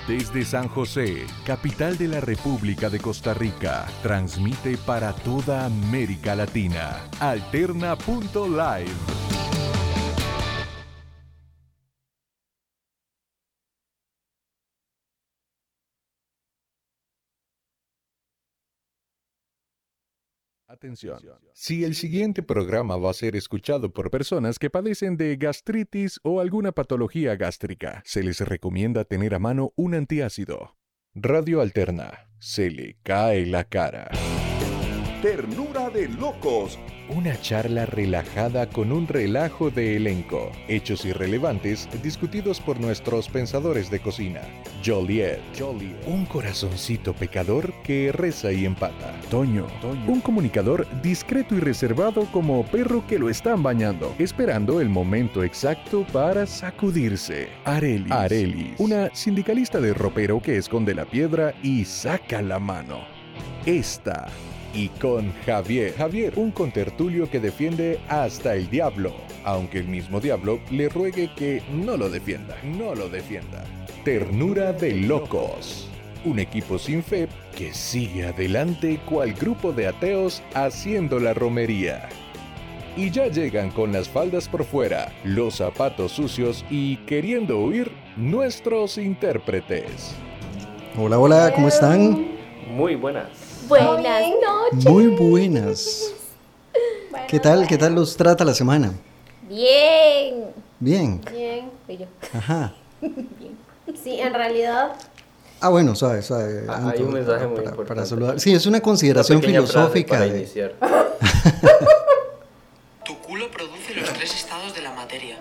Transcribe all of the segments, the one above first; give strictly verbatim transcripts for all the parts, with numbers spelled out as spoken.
Desde San José, capital de la República de Costa Rica, transmite para toda América Latina. Alterna punto live. Atención. Si el siguiente programa va a ser escuchado por personas que padecen de gastritis o alguna patología gástrica, se les recomienda tener a mano un antiácido. Radio Alterna. Se le cae la cara. Ternura de locos. Una charla relajada con un relajo de elenco. Hechos irrelevantes discutidos por nuestros pensadores de cocina. Joliet. Joliet. Un corazoncito pecador que reza y empata. Toño. Toño. Un comunicador discreto y reservado como perro que lo están bañando, esperando el momento exacto para sacudirse. Arelis. Arelis. Una sindicalista de ropero que esconde la piedra y saca la mano. Esta. Y con Javier. Javier, un contertulio que defiende hasta el diablo, aunque el mismo diablo le ruegue que no lo defienda, no lo defienda. Ternura de locos. Un equipo sin fe que sigue adelante cual grupo de ateos haciendo la romería. Y ya llegan con las faldas por fuera, los zapatos sucios y queriendo huir nuestros intérpretes. Hola, hola, ¿cómo están? Muy buenas. Buenas noches. Muy buenas. Bueno, ¿Qué tal? bueno. ¿Qué tal los trata la semana? Bien. Bien. Bien. Fui yo. Ajá. Bien. Sí, en realidad. Ah, bueno, suave, suave. Ah, Anto, hay un mensaje muy para, importante. para saludar. Sí, es una consideración Una pequeña frase filosófica. para de... iniciar. Tu culo produce los tres estados de la materia.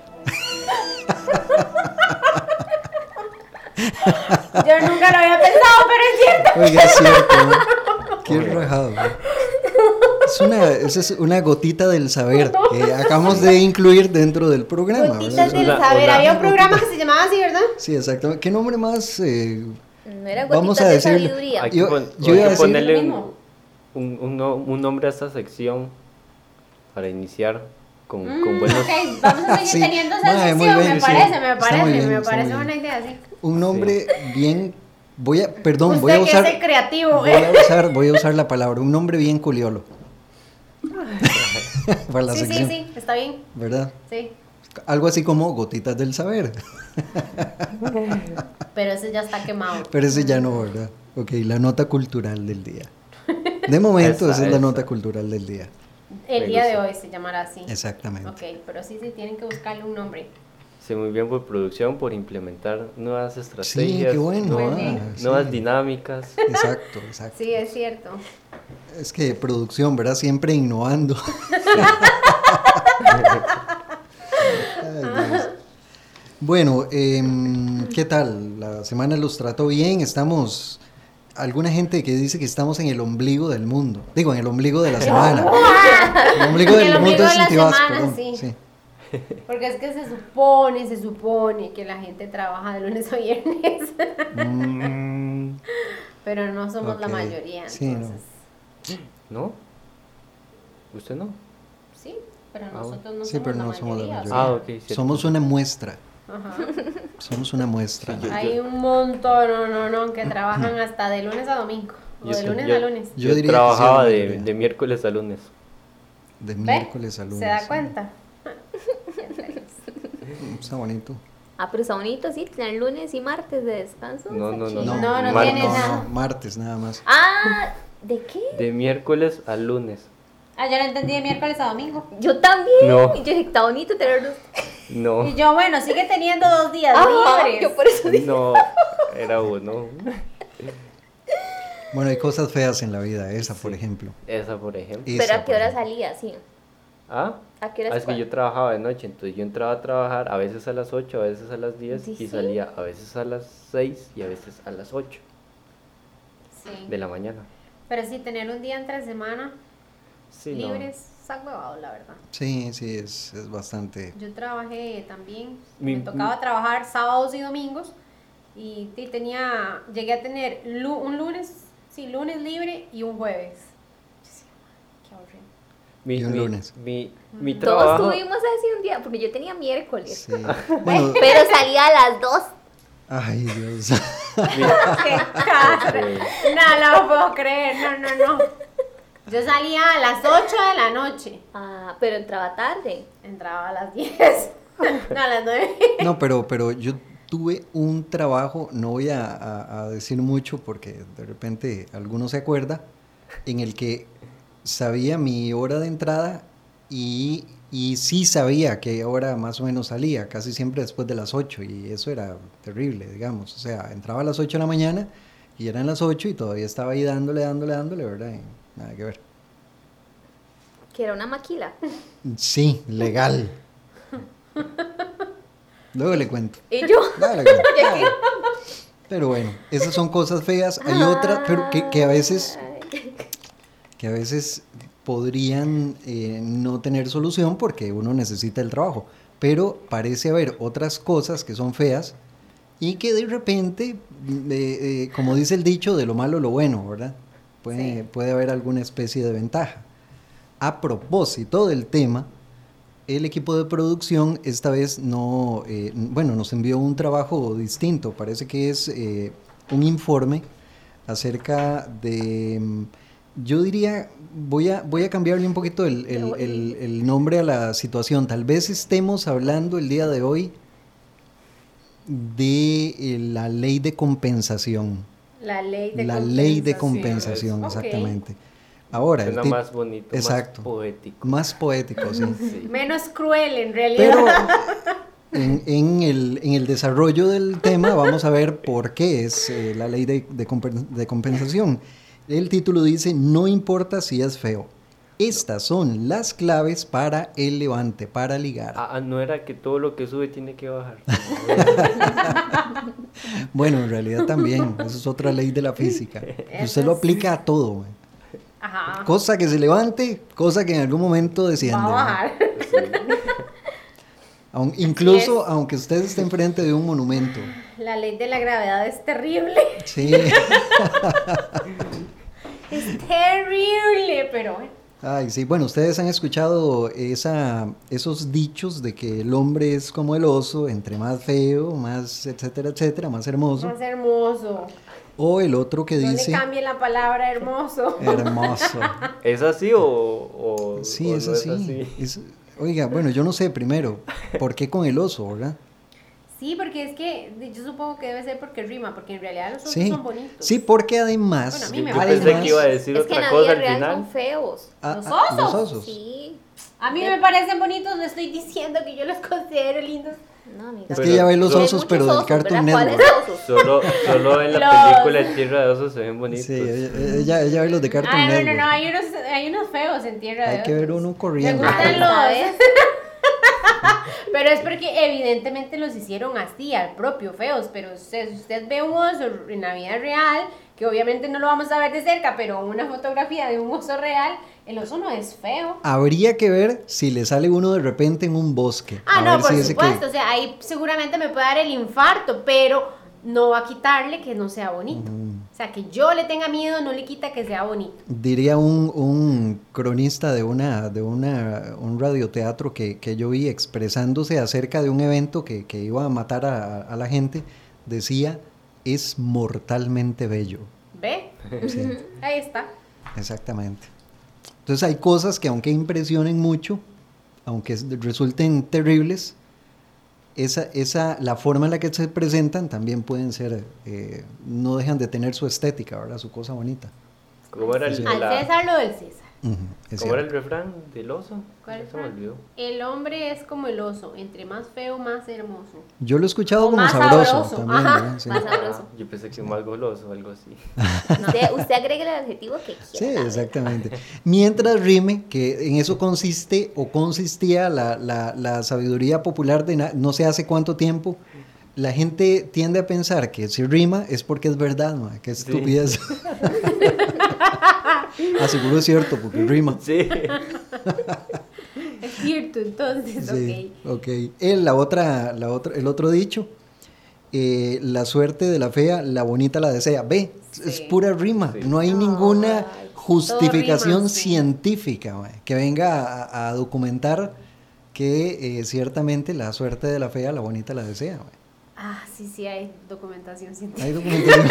Yo nunca lo había pensado, pero es cierto. Oiga, es cierto, ¿no? Qué rajado. Es una, esa es una gotita del saber que acabamos de incluir dentro del programa. Gotitas ¿verdad? del Una- saber. una- Había un programa que se llamaba así, ¿verdad? Sí, exactamente. ¿Qué nombre más? eh, No era Vamos gotitas a de decirle- sabiduría. Hay que, Yo- pon- yo hay iba a que decir ponerle lo un, mismo. un, un no- un nombre a esta sección para iniciar con, con Mm, buenos... ok, vamos a seguir Sí. teniendo esa Mae, muy sección. bien, Me sí. parece, me Está parece, muy bien, me está parece muy buena bien. idea, sí. un nombre bien. Voy a, perdón, Usted voy a que usar. es el creativo, voy ¿eh? a usar, voy a usar la palabra, un nombre bien culiolo. Para la Sí, sí, sección, sí, está bien. ¿verdad? Sí. Algo así como gotitas del saber. Pero ese ya está quemado. Pero ese ya no, ¿verdad? Ok, la nota cultural del día. De momento, Esa, esa es la esa. nota cultural del día. El Me día de gusta. hoy se llamará así. Exactamente. Ok, pero sí, sí, tienen que buscarle un nombre. Sí, muy bien por producción, por implementar nuevas Sí, estrategias, qué bueno. Muy ah, bien. sí. nuevas dinámicas. Exacto, exacto. Sí, es cierto. Es que producción, ¿verdad? Siempre innovando. Ay, Dios. Bueno, em, ¿qué tal? La semana los trató bien. Estamos. Alguna gente que dice que estamos en el ombligo del mundo. Digo, en el ombligo de la semana. El ombligo En del el ombligo mundo de es la Intibás, semana, perdón. sí. Sí. Porque es que se supone, se supone que la gente trabaja de lunes a viernes. Mm, Pero no somos la Ok. mayoría. Sí, no. Entonces, ¿No? ¿Usted no? sí, pero Ah, nosotros no sí, somos, pero la no somos la mayoría. o mayoría. sea, Ah, ok. cierto. somos una muestra. ajá. Somos una muestra. Sí, yo- Hay un montón, no, no, no, que trabajan hasta de lunes a domingo. O Yo- de lunes yo- a lunes. Yo Yo, diría que trabajaba sí, la de, mayoría. de miércoles a lunes. De ¿Ve? miércoles a lunes. ¿Se da sí. cuenta? Mm, Está bonito. Ah, pero está bonito, sí, tener lunes y martes de descanso. No, está no, no, chido. No, no, no Mar- tiene no, nada. no, martes nada más. Ah, ¿de qué? De miércoles a lunes. Ah, yo lo entendí de miércoles a domingo. Yo también. No. Y yo dije, está bonito tenerlos. No, Y yo, bueno, sigue teniendo dos días Ajá, libres. yo por eso dije. no, era uno. Bueno, hay cosas feas en la vida, esa por ejemplo. Esa, por ejemplo. Esa, Pero ¿a qué por hora ejemplo. salía? Sí. ¿Ah? ¿A qué hora Ah, es que se yo trabajaba de noche, entonces yo entraba a trabajar a veces a las ocho, a veces a las diez Sí, y sí. salía a veces a las seis y a veces a las ocho Sí. de la mañana. Pero sí, tener un día entre semana Sí, no. libres, está huevado, la verdad. Sí, sí, es, es bastante. Yo trabajé también, Mi- me tocaba trabajar sábados y domingos y, y tenía, llegué a tener lu- un lunes, sí, lunes libre y un jueves. Yo decía, "Madre, qué aburrido". Mi, Y un mi- lunes. Mi, mi Todos trabajo. tuvimos así un día, porque yo tenía miércoles. Sí. Bueno, Pero salía a las dos. Ay, Dios. ¡Qué cara! No lo puedo creer, no, no, no. Yo salía a las ocho de la noche. Ah, pero entraba tarde. Entraba a las diez. No, a las nueve. No, pero, pero yo tuve un trabajo, no voy a, a- a decir mucho porque de repente alguno se acuerda, en el que sabía mi hora de entrada y, y sí sabía qué hora más o menos salía, casi siempre después de las ocho, y eso era terrible, digamos. O sea, entraba a las ocho de la mañana y eran las ocho y todavía estaba ahí dándole, dándole, dándole, ¿verdad? Y nada que ver. Que era una maquila. Sí, legal. Luego le cuento. Y yo. Luego le cuento. Pero bueno, esas son cosas feas. Hay otras, pero que, que a veces, que a veces podrían eh, no tener solución porque uno necesita el trabajo. Pero parece haber otras cosas que son feas y que de repente, eh, eh, como dice el dicho, de lo malo lo bueno, ¿verdad? Puede, Sí. puede haber alguna especie de ventaja. A propósito del tema, el equipo de producción esta vez no, eh, bueno, nos envió un trabajo distinto. Parece que es eh, un informe acerca de, mm, yo diría, voy a, voy a cambiarle un poquito el, el- el- el nombre a la situación. Tal vez estemos hablando el día de hoy de eh, la ley de compensación. La ley de La compensación. ley de compensación, Ok. exactamente. Ahora, el Suena tip- más bonito, exacto, más poético. más poético, sí. Sí. Menos cruel en realidad. Pero en, en el, en el desarrollo del tema vamos a ver por qué es eh, la ley de, de compen- de compensación. El título dice, no importa si es feo. Estas son las claves para el levante, para ligar. Ah, ah, no era que todo lo que sube tiene que bajar. Bueno, en realidad también, eso es otra ley de la física. Usted lo aplica a todo, güey. Ajá. Cosa que se levante, cosa que en algún momento desciende. Va a güey. bajar. Aun- incluso es. aunque usted esté enfrente de un monumento. La ley de la gravedad es terrible. Sí. Es terrible, pero bueno. Ay, sí, bueno, ustedes han escuchado esa, esos dichos de que el hombre es como el oso, entre más feo, más etcétera, etcétera, más hermoso. Más hermoso. O el otro que No dice, le cambien la palabra hermoso. hermoso. ¿Es así o, o- Sí, o es no así. Es- oiga, bueno, yo no sé primero, ¿por qué con el oso, verdad? Sí, porque es que yo supongo que debe ser porque rima, porque en realidad los osos Sí, son bonitos. sí, porque además, Bueno, a mí Yo, me yo parece. pensé que iba a decir Es que en otra la cosa vida al real final. son feos. ah, ¿Los ah, osos? los osos. Sí. A mí me parecen bonitos, no estoy diciendo que yo los considero lindos. No, amiga. Es Pero que ya ve los son- Hay osos, muchos pero del osos, Cartoon ¿verdad? ¿Cuáles Network. osos? Solo, solo en la Los- película de Tierra de Osos se ven bonitos. Sí, ella, ella, ella ve los de Cartoon Ay, no, Network. no, no, hay unos, hay unos feos en Tierra de Hay que ver Osos. uno Me corriendo. gustan Ahí los... está, ¿ves? Pero es porque evidentemente los hicieron así, al propio feos. Pero usted, si usted ve un oso en la vida real, que obviamente no lo vamos a ver de cerca, pero una fotografía de un oso real, el oso no es feo. Habría que ver si le sale uno de repente en un bosque. Ah, A no, ver por si ese que- supuesto. O sea, ahí seguramente me puede dar el infarto, pero no va a quitarle que no sea bonito. O sea, que yo le tenga miedo no le quita que sea bonito. Diría un, un cronista de una de una un radioteatro que, que yo vi expresándose acerca de un evento que, que iba a matar a, a la gente, decía, es mortalmente bello. ¿Ve? Sí, Ahí está. exactamente. Entonces hay cosas que aunque impresionen mucho, aunque es- resulten terribles, esa, esa, la forma en la que se presentan también pueden ser, eh, no dejan de tener su estética, ¿verdad? Su cosa bonita. ¿Cómo era el, Al la- César lo del César. Ujú, es ¿cómo era el cierto. refrán del oso? ¿Cuál Ya se me refrán? olvidó. El hombre es como el oso, entre más feo, más hermoso. Yo lo he escuchado O como más sabroso, sabroso, también, ajá, ¿verdad? Sí. más sabroso. Ah, yo pensé que más goloso o algo así. Usted, usted agrega el adjetivo que Sí, quiera. exactamente. Mientras rime, que en eso consiste o consistía la, la, la sabiduría popular de na- no sé hace cuánto tiempo, la gente tiende a pensar que si rima es porque es verdad, ma, qué Sí. estupidez. Ah, seguro es cierto, porque rima. Sí. Es cierto, entonces, Sí, ok. ok. El, la otra, la otra, el otro dicho, eh, la suerte de la fea, la bonita la desea. Ve, es Sí. pura rima, Sí. no hay ninguna Ay, justificación todo rima, sí. científica, científica ma, que venga a, a documentar que eh, ciertamente la suerte de la fea, la bonita la desea. Ma. Ah, sí, sí, hay documentación científica. Hay documentación.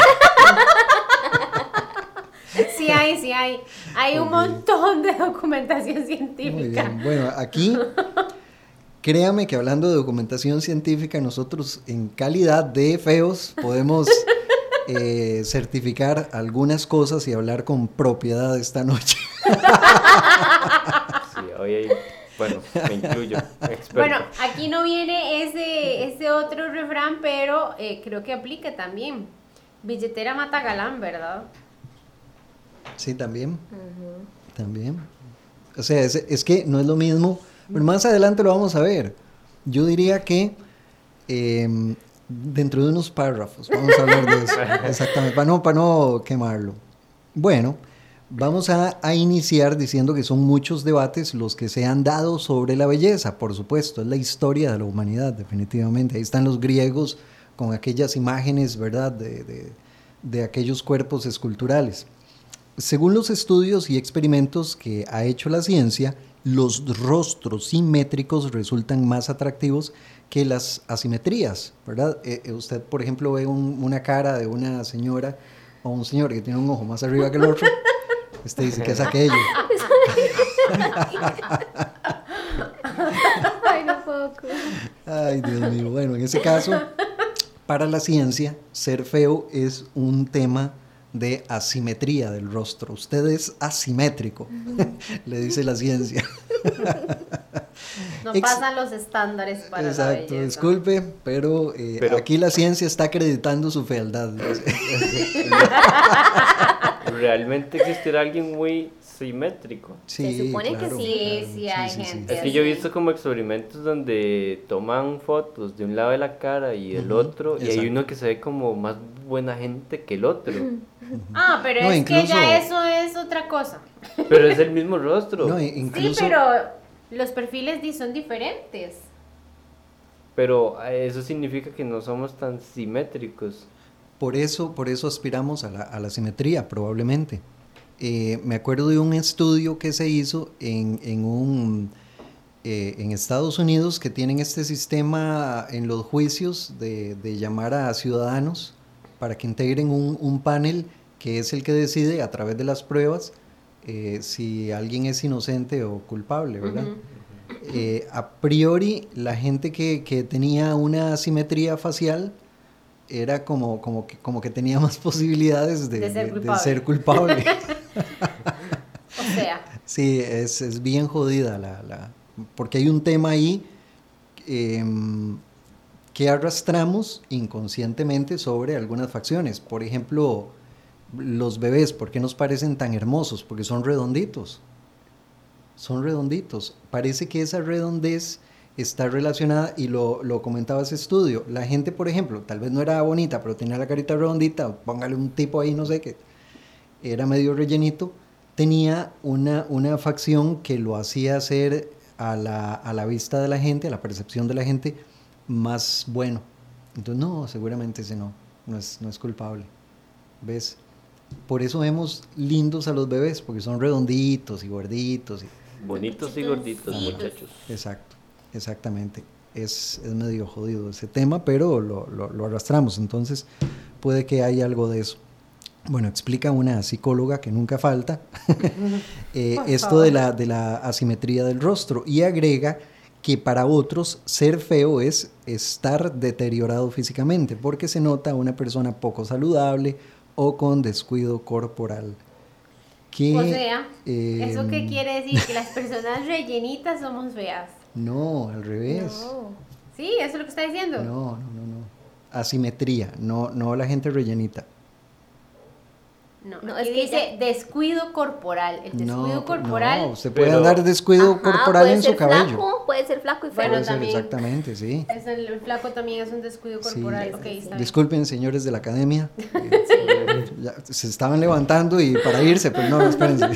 Sí hay, sí hay. Hay un Ok. montón de documentación Muy científica. bien. Bueno, aquí, créame que hablando de documentación científica, nosotros en calidad de feos podemos eh, certificar algunas cosas y hablar con propiedad esta noche. Sí, hoy hay, bueno, me incluyo, experto. Bueno, aquí no viene ese, ese otro refrán, pero eh, creo que aplica también. Billetera mata galán, ¿verdad? Sí, también. También. O sea, es, es que no es lo mismo. Pero más adelante lo vamos a ver. Yo diría que eh, dentro de unos párrafos vamos a hablar de eso. Exactamente. Para no, para no quemarlo. Bueno, vamos a, a iniciar diciendo que son muchos debates los que se han dado sobre la belleza. Por supuesto, es la historia de la humanidad, definitivamente. Ahí están los griegos con aquellas imágenes, ¿verdad?, de, de, de aquellos cuerpos esculturales. Según los estudios y experimentos que ha hecho la ciencia, los rostros simétricos resultan más atractivos que las asimetrías, ¿verdad? Eh, eh, usted, por ejemplo, ve un- una cara de una señora o un señor que tiene un ojo más arriba que el otro, usted dice, ¿qué es aquello? Ay, no puedo creer. Ay, Dios mío. Bueno, en ese caso, para la ciencia, ser feo es un tema de asimetría del rostro. Usted es asimétrico, le dice la ciencia. No Ex- pasan los estándares para la Exacto, belleza. disculpe, pero, eh, Pero- aquí la ciencia está acreditando su fealdad. ¿Realmente existirá alguien muy simétrico? Sí, Se supone que claro, sí. claro, Sí, sí hay gente. Es que yo he visto como experimentos donde toman fotos de un lado de la cara y del Ujú, otro, y hay exacto. uno que se ve como más buena gente que el otro, Ah, pero No, es incluso- que ya eso es otra cosa. pero es el mismo rostro. No, Sí, incluso, pero los perfiles di- son diferentes. Pero eh, eso significa que no somos tan simétricos. por eso, por eso aspiramos a la, a la simetría, probablemente. Eh, me acuerdo de un estudio que se hizo en, en, un, eh, en Estados Unidos, que tienen este sistema en los juicios de, de llamar a ciudadanos para que integren un, un panel que es el que decide a través de las pruebas eh, si alguien es inocente o culpable, ¿verdad? Ujú. Eh, a priori, la gente que, que tenía una asimetría facial era como, como, que, como que tenía más posibilidades de, De ser de- de culpable. ser culpable. O sea, Sí, es, es bien jodida la, la... Porque hay un tema ahí em, que arrastramos inconscientemente sobre algunas facciones. Por ejemplo, los bebés, ¿por qué nos parecen tan hermosos? Porque son redonditos. Son redonditos. Parece que esa redondez está relacionada, y lo, lo comentaba ese estudio. La gente, por ejemplo, tal vez no era bonita, pero tenía la carita redondita, o póngale un tipo ahí, no sé, que era medio rellenito, tenía una, una facción que lo hacía ser a la, a la vista de la gente, a la percepción de la gente, más bueno. Entonces, no, seguramente ese no, no es, no es culpable. ¿Ves? Por eso vemos lindos a los bebés, porque son redonditos y gorditos. Y... Bonitos y gorditos, Sí. muchachos. Exacto, exactamente. Es, es medio jodido ese tema, pero lo, lo, lo arrastramos, entonces puede que haya algo de eso. Bueno, explica una psicóloga que nunca falta eh, Por esto favor. de la, de la asimetría del rostro, y agrega que para otros ser feo es estar deteriorado físicamente, porque se nota una persona poco saludable o con descuido corporal. Que, o sea, ¿eso em, qué quiere decir? Que las personas rellenitas somos feas. No, al revés. No. Sí, eso es lo que está diciendo. No, no, no, no. Asimetría, no, no la gente rellenita. No, No, aquí es que dice descuido corporal. El descuido No, corporal. no, usted puede Pero- andar descuido Ajá, corporal puede en su ser cabello. Flaco, puede ser flaco y feo. Bueno, Puede ser, también. exactamente, sí. Es el, el flaco también es un descuido Sí. corporal. Sí, Ok, sí, sí. está bien. Disculpen, señores de la academia. eh, ya se estaban levantando y para irse, pero no, espérense.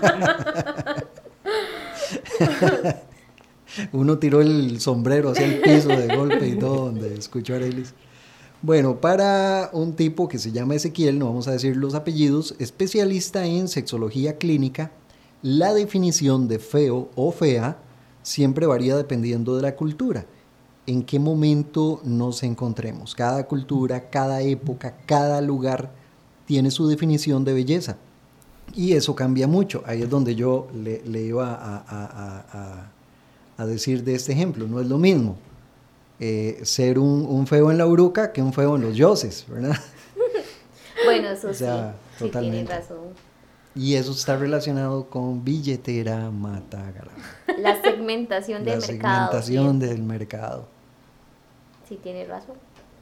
Uno tiró el sombrero hacia el piso de golpe y todo, donde escuchó a Arelis. Bueno, para un tipo que se llama Ezequiel, no vamos a decir los apellidos, especialista en sexología clínica, la definición de feo o fea siempre varía dependiendo de la cultura. en qué momento nos encontremos. Cada cultura, cada época, cada lugar tiene su definición de belleza. Y eso cambia mucho. Ahí es donde yo le, le iba a, a, a, a, a decir de este ejemplo. No es lo mismo eh, ser un, un feo en la Uruca que un feo en los Yoses, ¿verdad? Bueno, eso O sea, sí, totalmente. sí, tiene razón. Y eso está relacionado con billetera Matagalpa. La segmentación del La mercado. segmentación sí. del mercado. Sí, tiene razón.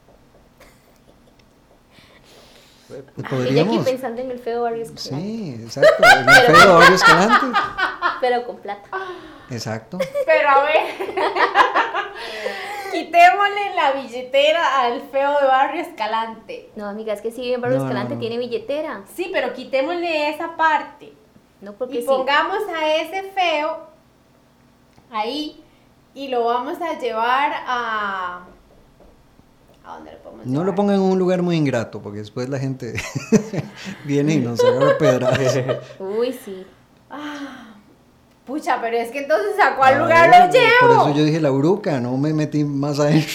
Y aquí Podríamos... pensando en el feo Barrio Escalante. Sí, exacto. En el feo Barrio Escalante. Pero con plata. Exacto. Pero a ver, quitémosle la billetera al feo de Barrio Escalante. No, amiga, es que si en Barrio No, no, Escalante no. tiene billetera. Sí, pero quitémosle esa parte. No, porque Y sí. pongamos a ese feo ahí y lo vamos a llevar a... ¿A dónde lo podemos No llevar? lo pongan en un lugar muy ingrato, porque después la gente viene y nos agarra pedradas. Uy, sí. Pucha, pero es que entonces ¿a cuál A lugar ver, lo llevo? Por eso yo dije la Uruca, no me metí más adentro.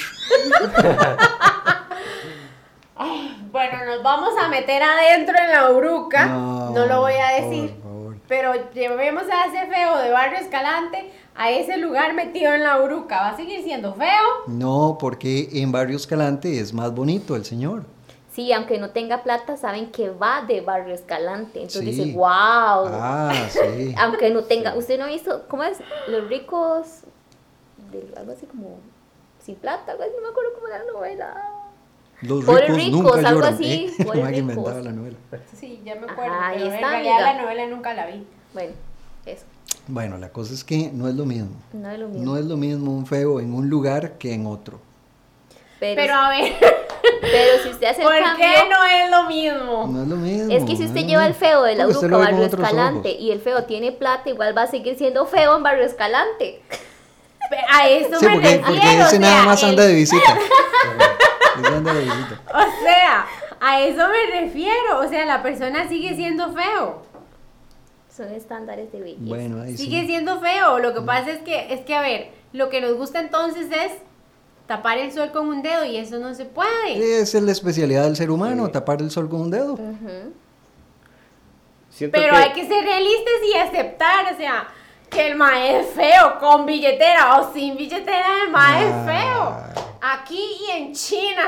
Bueno, nos vamos a meter adentro en la Uruca, no, No, lo voy a decir, por favor. pero llevemos a ese feo de Barrio Escalante a ese lugar metido en la Uruca. ¿Va a seguir siendo feo? No, porque en Barrio Escalante es más bonito el señor. Sí, aunque no tenga plata, saben que va de Barrio Escalante. Entonces Sí. dice, wow. Ah, sí. Aunque no tenga, usted no ha visto, ¿cómo es? Los ricos, de, algo así como, sin plata, algo así, no me acuerdo cómo era la novela. Los Pobres ricos, ricos, nunca algo lloran. así, ¿eh? pobres Man que inventaba ricos. la novela. Sí, ya me acuerdo, Ajá, ahí pero en está, realidad amiga. la novela nunca la vi. Bueno, eso, Bueno, la cosa es que no es lo mismo. no es lo mismo. No es lo mismo un feo en un lugar que en otro. pero, Pero a ver, pero si usted hace el ¿por cambio, qué no es lo mismo? No es lo mismo. es que si no usted es lo lleva el mismo. feo de la Porque usted Uruca lo a ve con Barrio otros Escalante ojos. y el feo tiene plata, igual va a seguir siendo feo en Barrio Escalante. A eso Sí, me porque, refiero, porque ese o nada sea, más el- anda de visita. Ese anda de visita. O sea, a eso me refiero, o sea, la persona sigue siendo feo. Son estándares de belleza. Bueno, ahí Sigue sí. siendo feo. Lo que pasa es que, es que, a ver, lo que nos gusta entonces es tapar el sol con un dedo y eso no se puede. Esa es la especialidad del ser humano, Sí. tapar el sol con un dedo. Ujú. Siento Pero que- hay que ser realistas y aceptar, o sea, que el mae es feo con billetera o sin billetera, el mae es Ah. feo. Aquí y en China.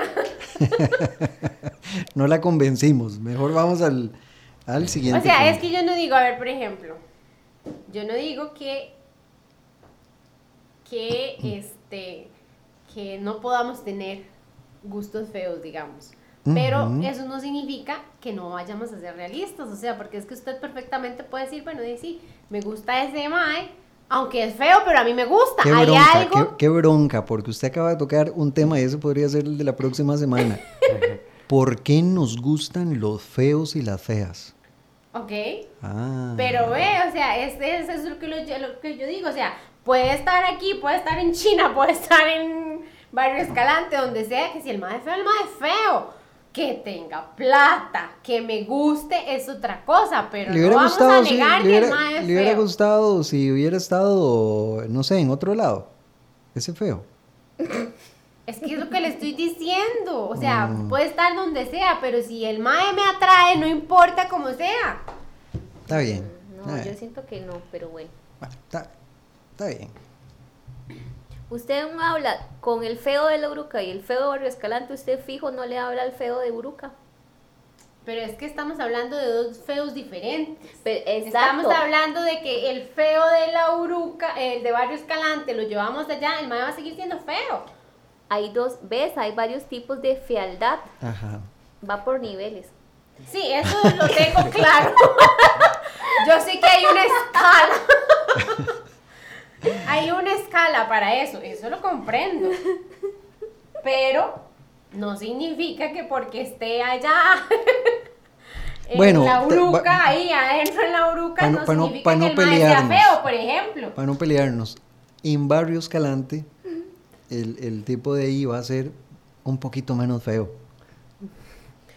No la convencimos. Mejor vamos al, al siguiente. O sea, punto. es que yo no digo, a ver, por ejemplo, yo no digo que, que, este, que no podamos tener gustos feos, digamos. Pero Ujú. eso no significa que no vayamos a ser realistas, o sea, porque es que usted perfectamente puede decir, bueno, de sí, me gusta ese mae, aunque es feo, pero a mí me gusta. Qué Hay bronca, algo... qué, qué bronca, porque usted acaba de tocar un tema y ese podría ser el de la próxima semana. ¿Por qué nos gustan los feos y las feas? Ok. Ah. Pero ve, o sea, es, es, es lo, que lo, lo que yo digo, o sea, puede estar aquí, puede estar en China, puede estar en Barrio Escalante, donde sea, que si el mae es feo, el mae es feo. Que tenga plata, que me guste es otra cosa, pero Le no hubiera vamos gustado, a sí, negar le que el hubiera, mae es le hubiera feo. gustado si hubiera estado, no sé, en otro lado. Ese feo. Es que es lo que le estoy diciendo, o sea, Mm. puede estar donde sea, pero si el mae me atrae, no importa cómo sea. Está bien. No, Ah, yo siento que no, pero bueno. bueno, está, está bien. Usted no habla con el feo de la Uruca y el feo de Barrio Escalante, usted fijo no le habla al feo de Uruca. Pero es que estamos hablando de dos feos diferentes. Pero, Estamos exacto. hablando de que el feo de la Uruca, el de Barrio Escalante, lo llevamos allá, el mae va a seguir siendo feo. Hay dos, ¿ves? Hay varios tipos de fealdad. Ajá. Va por niveles. Sí, eso lo tengo claro. Yo sé que hay una escala. Hay una escala para eso, eso lo comprendo. Pero no significa que porque esté allá en Bueno, la te- Uruca, va- ahí adentro en la Uruca, pa' no- no pa' no- significa pa' no que el mae sea pelearnos. feo, por ejemplo. Para no pelearnos, en Barrio Escalante, el, el tipo de ahí va a ser un poquito menos feo.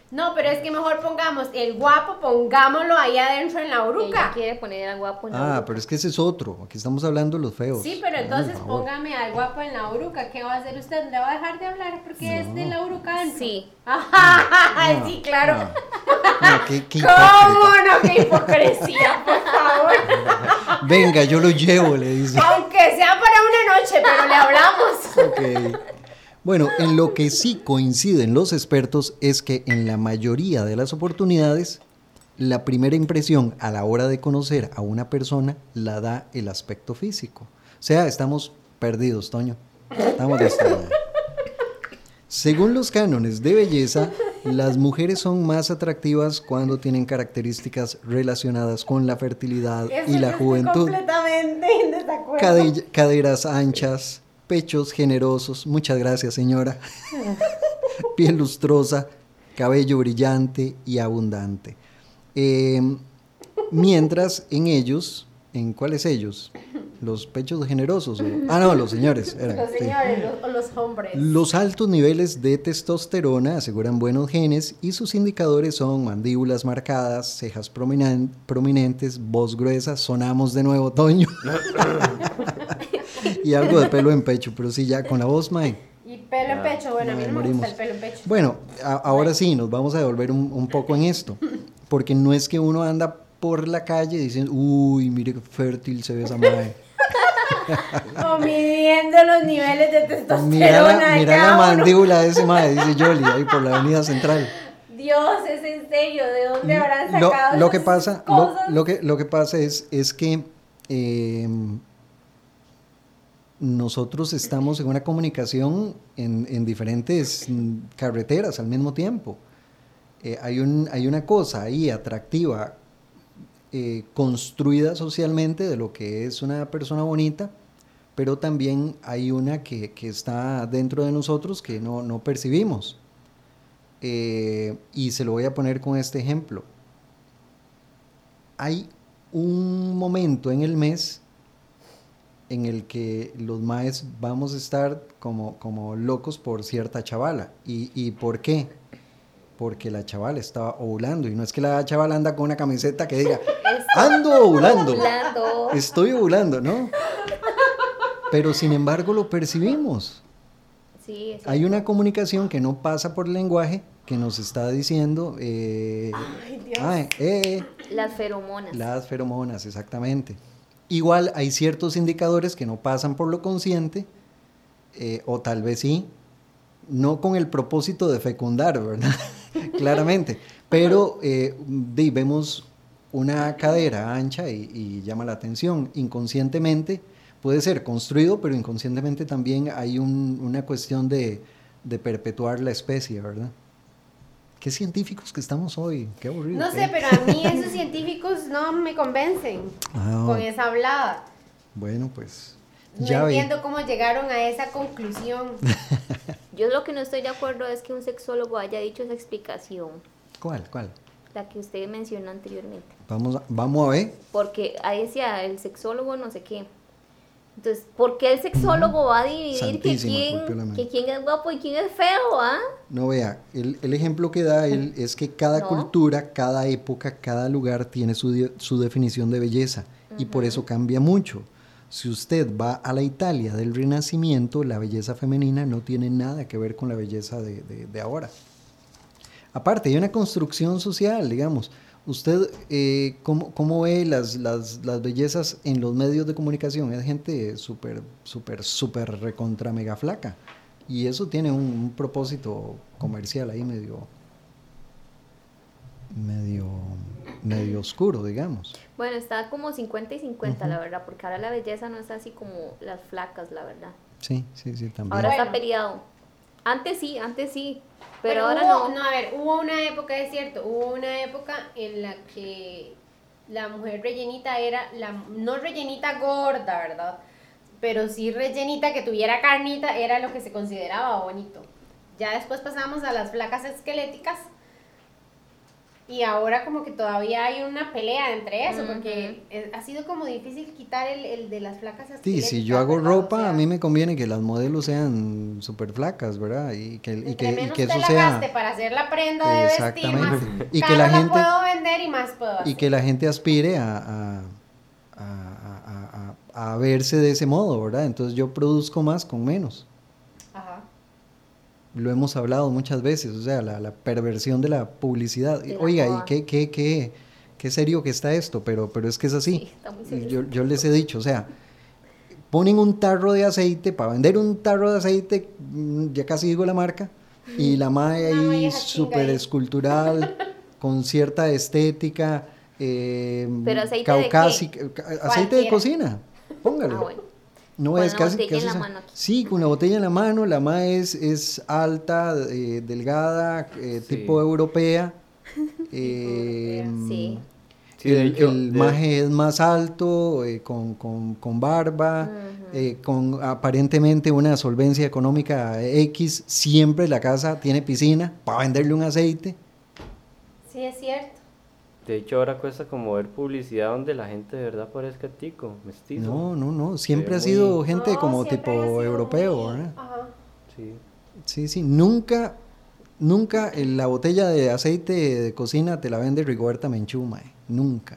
No, pero es que mejor pongamos el guapo, pongámoslo ahí adentro en la Ella uruca. quiere poner al guapo en la Ah, uruca. pero es que ese es otro. Aquí estamos hablando de los feos. Sí, pero Hágame el entonces favor. póngame al guapo en la uruca. ¿Qué va a hacer usted? ¿Le va a dejar de hablar porque es de la uruca adentro? Sí. Ajá, No, sí, claro. No, no, qué, qué ¿Cómo hipócrita. no? ¡Qué hipocresía, por favor! Venga, yo lo llevo, le dice. Aunque sea para una noche, pero le hablamos. Ok. Bueno, en lo que sí coinciden los expertos es que en la mayoría de las oportunidades, la primera impresión a la hora de conocer a una persona la da el aspecto físico. O sea, estamos perdidos, Toño. Estamos destruidos. Según los cánones de belleza, las mujeres son más atractivas cuando tienen características relacionadas con la fertilidad Eso y la yo estoy juventud. completamente en desacuerdo. Cade- caderas anchas, pechos generosos, muchas gracias señora, piel lustrosa, cabello brillante y abundante. Eh, mientras en ellos, ¿en cuáles ellos? Los pechos generosos. o- Ah, no, los señores. eran, Los sí. señores, los, o los hombres. Los altos niveles de testosterona aseguran buenos genes y sus indicadores son mandíbulas marcadas, cejas prominen- prominentes, voz gruesa, sonamos de nuevo, Toño. Y algo de pelo en pecho, pero sí, ya con la voz, mae. Y pelo en pecho. Bueno, a mí Mae, no me morimos. gusta el pelo en pecho. Bueno, a- ahora sí, nos vamos a devolver un, un poco en esto, porque no es que uno anda por la calle diciendo, uy, mire qué fértil se ve esa mae. O midiendo los niveles de testosterona Mira la, de mira la cada uno. mandíbula de ese mae, dice Yoli, ahí por la avenida central. Dios, es en serio, ¿de dónde habrán Lo, sacado lo esas que pasa, lo, cosas? lo que, lo que pasa es, es que eh, nosotros estamos en una comunicación en, en diferentes mm, carreteras al mismo tiempo. Eh, hay, un, hay una cosa ahí atractiva, eh, construida socialmente de lo que es una persona bonita, pero también hay una que, que está dentro de nosotros que no, no percibimos. Eh, y se lo voy a poner con este ejemplo. Hay un momento en el mes en el que los maes vamos a estar como, como locos por cierta chavala. ¿Y, y por qué? Porque la chavala estaba ovulando. Y no es que la chavala anda con una camiseta que diga, ando ovulando, Ovulando. estoy ovulando, ¿no? Pero sin embargo lo percibimos. Sí, sí. Hay una comunicación que no pasa por el lenguaje que nos está diciendo eh, Ay, Dios. ah, eh, Las feromonas. las feromonas, exactamente. Igual hay ciertos indicadores que no pasan por lo consciente, eh, o tal vez sí, no con el propósito de fecundar, ¿verdad? Claramente, pero eh, de, vemos una cadera ancha y, y llama la atención. Inconscientemente puede ser construido, pero inconscientemente también hay un- una cuestión de, de perpetuar la especie, ¿verdad? Qué científicos que estamos hoy, qué aburrido. No ¿eh? sé, pero a mí esos científicos no me convencen Ah, con esa hablada. bueno, pues No ya ve. entiendo cómo llegaron a esa conclusión. Yo lo que no estoy de acuerdo es que un sexólogo haya dicho esa explicación, ¿Cuál, cuál? la que usted mencionó anteriormente. Vamos a, vamos a ver. Porque ahí decía el sexólogo no sé qué. Entonces, ¿por qué el sexólogo va a dividir que Santísimo, quién, golpeó la mano. que quién es guapo y quién es feo, ah? No vea, el, el ejemplo que da él es que cada No. cultura, cada época, cada lugar tiene su, di- su definición de belleza y por eso cambia mucho. Si usted va a la Italia del Renacimiento, la belleza femenina no tiene nada que ver con la belleza de, de- de ahora. Aparte, hay una construcción social, digamos. ¿Usted eh, ¿cómo, cómo ve las, las, las bellezas en los medios de comunicación? Es gente súper, súper, súper recontra mega flaca. Y eso tiene un, un propósito comercial ahí medio, medio, medio oscuro, digamos. Bueno, está como cincuenta y cincuenta, la verdad, porque ahora la belleza no es así como las flacas, la verdad. Sí, sí, sí, también. Ahora Bueno. está peleado. Antes sí, antes sí, pero, Pero ahora hubo- no. a ver, hubo una época, es cierto, hubo una época en la que la mujer rellenita era, la, no rellenita gorda, ¿verdad? Pero sí rellenita que tuviera carnita era lo que se consideraba bonito. Ya después pasamos a las flacas esqueléticas Y ahora como que todavía hay una pelea entre eso, Ujú. porque eh, ha sido como difícil quitar el, el de las flacas Sí, esqueléticas, si yo hago ¿verdad? ropa, O sea, a mí me conviene que las modelos sean súper flacas, ¿verdad? Y que, y entre que, y menos que eso tela sea... gaste para hacer la prenda de vestir, más Exactamente. Y que cara la la gente... puedo vender y más puedo hacer. Y que la gente aspire a, a, a, a, a, a verse de ese modo, ¿verdad? Entonces yo produzco más con menos. Ajá. Lo hemos hablado muchas veces, o sea, la, la perversión de la publicidad. De la Oiga, moda. y qué, qué, qué, qué serio que está esto, pero, pero es que es así. Sí, está muy serio. yo, yo les he dicho, o sea, ponen un tarro de aceite, para vender un tarro de aceite, mm, ya casi digo la marca, y la mae Una ahí vieja chinga súper ahí. escultural, con cierta estética, eh, ¿Pero aceite de qué? caucásica, ca- aceite de Cualquiera. cocina, póngale. Ah, bueno. No Con es la casi, botella casi en la sa- mano aquí. Sí, con la botella en la mano, la ma es, es alta, eh, delgada, eh, Sí. tipo europea. eh, Sí. Sí, de el, hecho, el de- maje es más alto, eh, con, con, con barba, eh, con aparentemente una solvencia económica X. Siempre la casa tiene piscina para venderle un aceite. Sí, es cierto. De hecho, ahora cuesta como ver publicidad donde la gente de verdad parezca tico, mestizo. No, no, no. Siempre ha muy- sido gente No, como siempre tipo ha sido europeo, muy- ¿verdad? Ajá. Sí. Sí, sí, nunca, nunca en la botella de aceite de cocina te la vende Rigoberta Menchú, mae, nunca.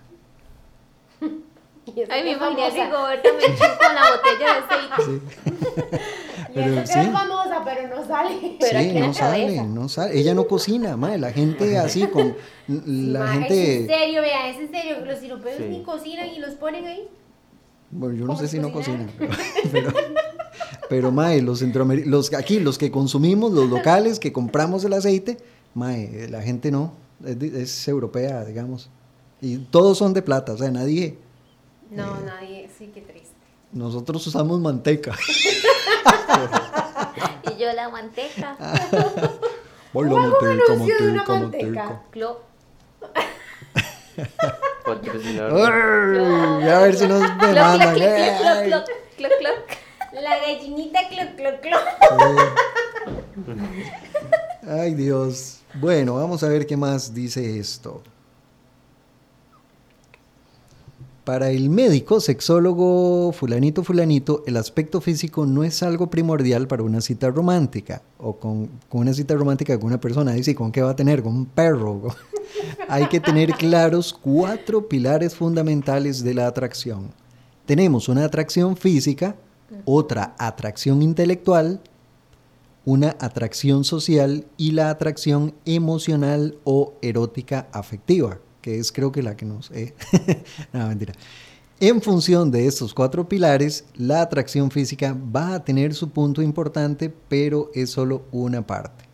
Y eso Ay, que me es imaginé a famosa. Rigoberta Menchú con la botella de aceite. Y Pero eso que sí. es famosa, pero no sale. Pero Sí, aquí en no la sale, cabeza. no sale. Ella no cocina, mae, la gente así con la Ma, Es en gente, serio, vean, es en serio. Los europeos Sí. ni cocinan y los ponen ahí. bueno, yo no ¿Cómo sé se si no cocina? cocinan, pero, pero, pero, mae, los centroamericanos, los aquí, los que consumimos, los locales que compramos el aceite, mae, la gente no, es, de- es europea, digamos. Y todos son de plata, o sea, nadie, No, nadie, sí, qué triste. nosotros usamos manteca. Y yo la manteca. Voy la Un manteca, anuncio de una manteca, manteca. manteca. Clo. Patrocinador. Ay, a ver si nos Cloc, cloc, demandan. cloc, Ay. cloc, cloc, cloc, cloc. La gallinita cloc, cloc, cloc. Ay, Dios. Bueno, vamos a ver qué más dice esto. Para el médico, sexólogo fulanito fulanito, el aspecto físico no es algo primordial para una cita romántica o con, con una cita romántica con una persona. Dice, ¿con qué va a tener? Con un perro. Hay que tener claros cuatro pilares fundamentales de la atracción. Tenemos una atracción física, otra atracción intelectual, una atracción social y la atracción emocional o erótica afectiva, que es creo que la que nos... Eh. No, mentira. En función de estos cuatro pilares, la atracción física va a tener su punto importante, pero es solo una parte.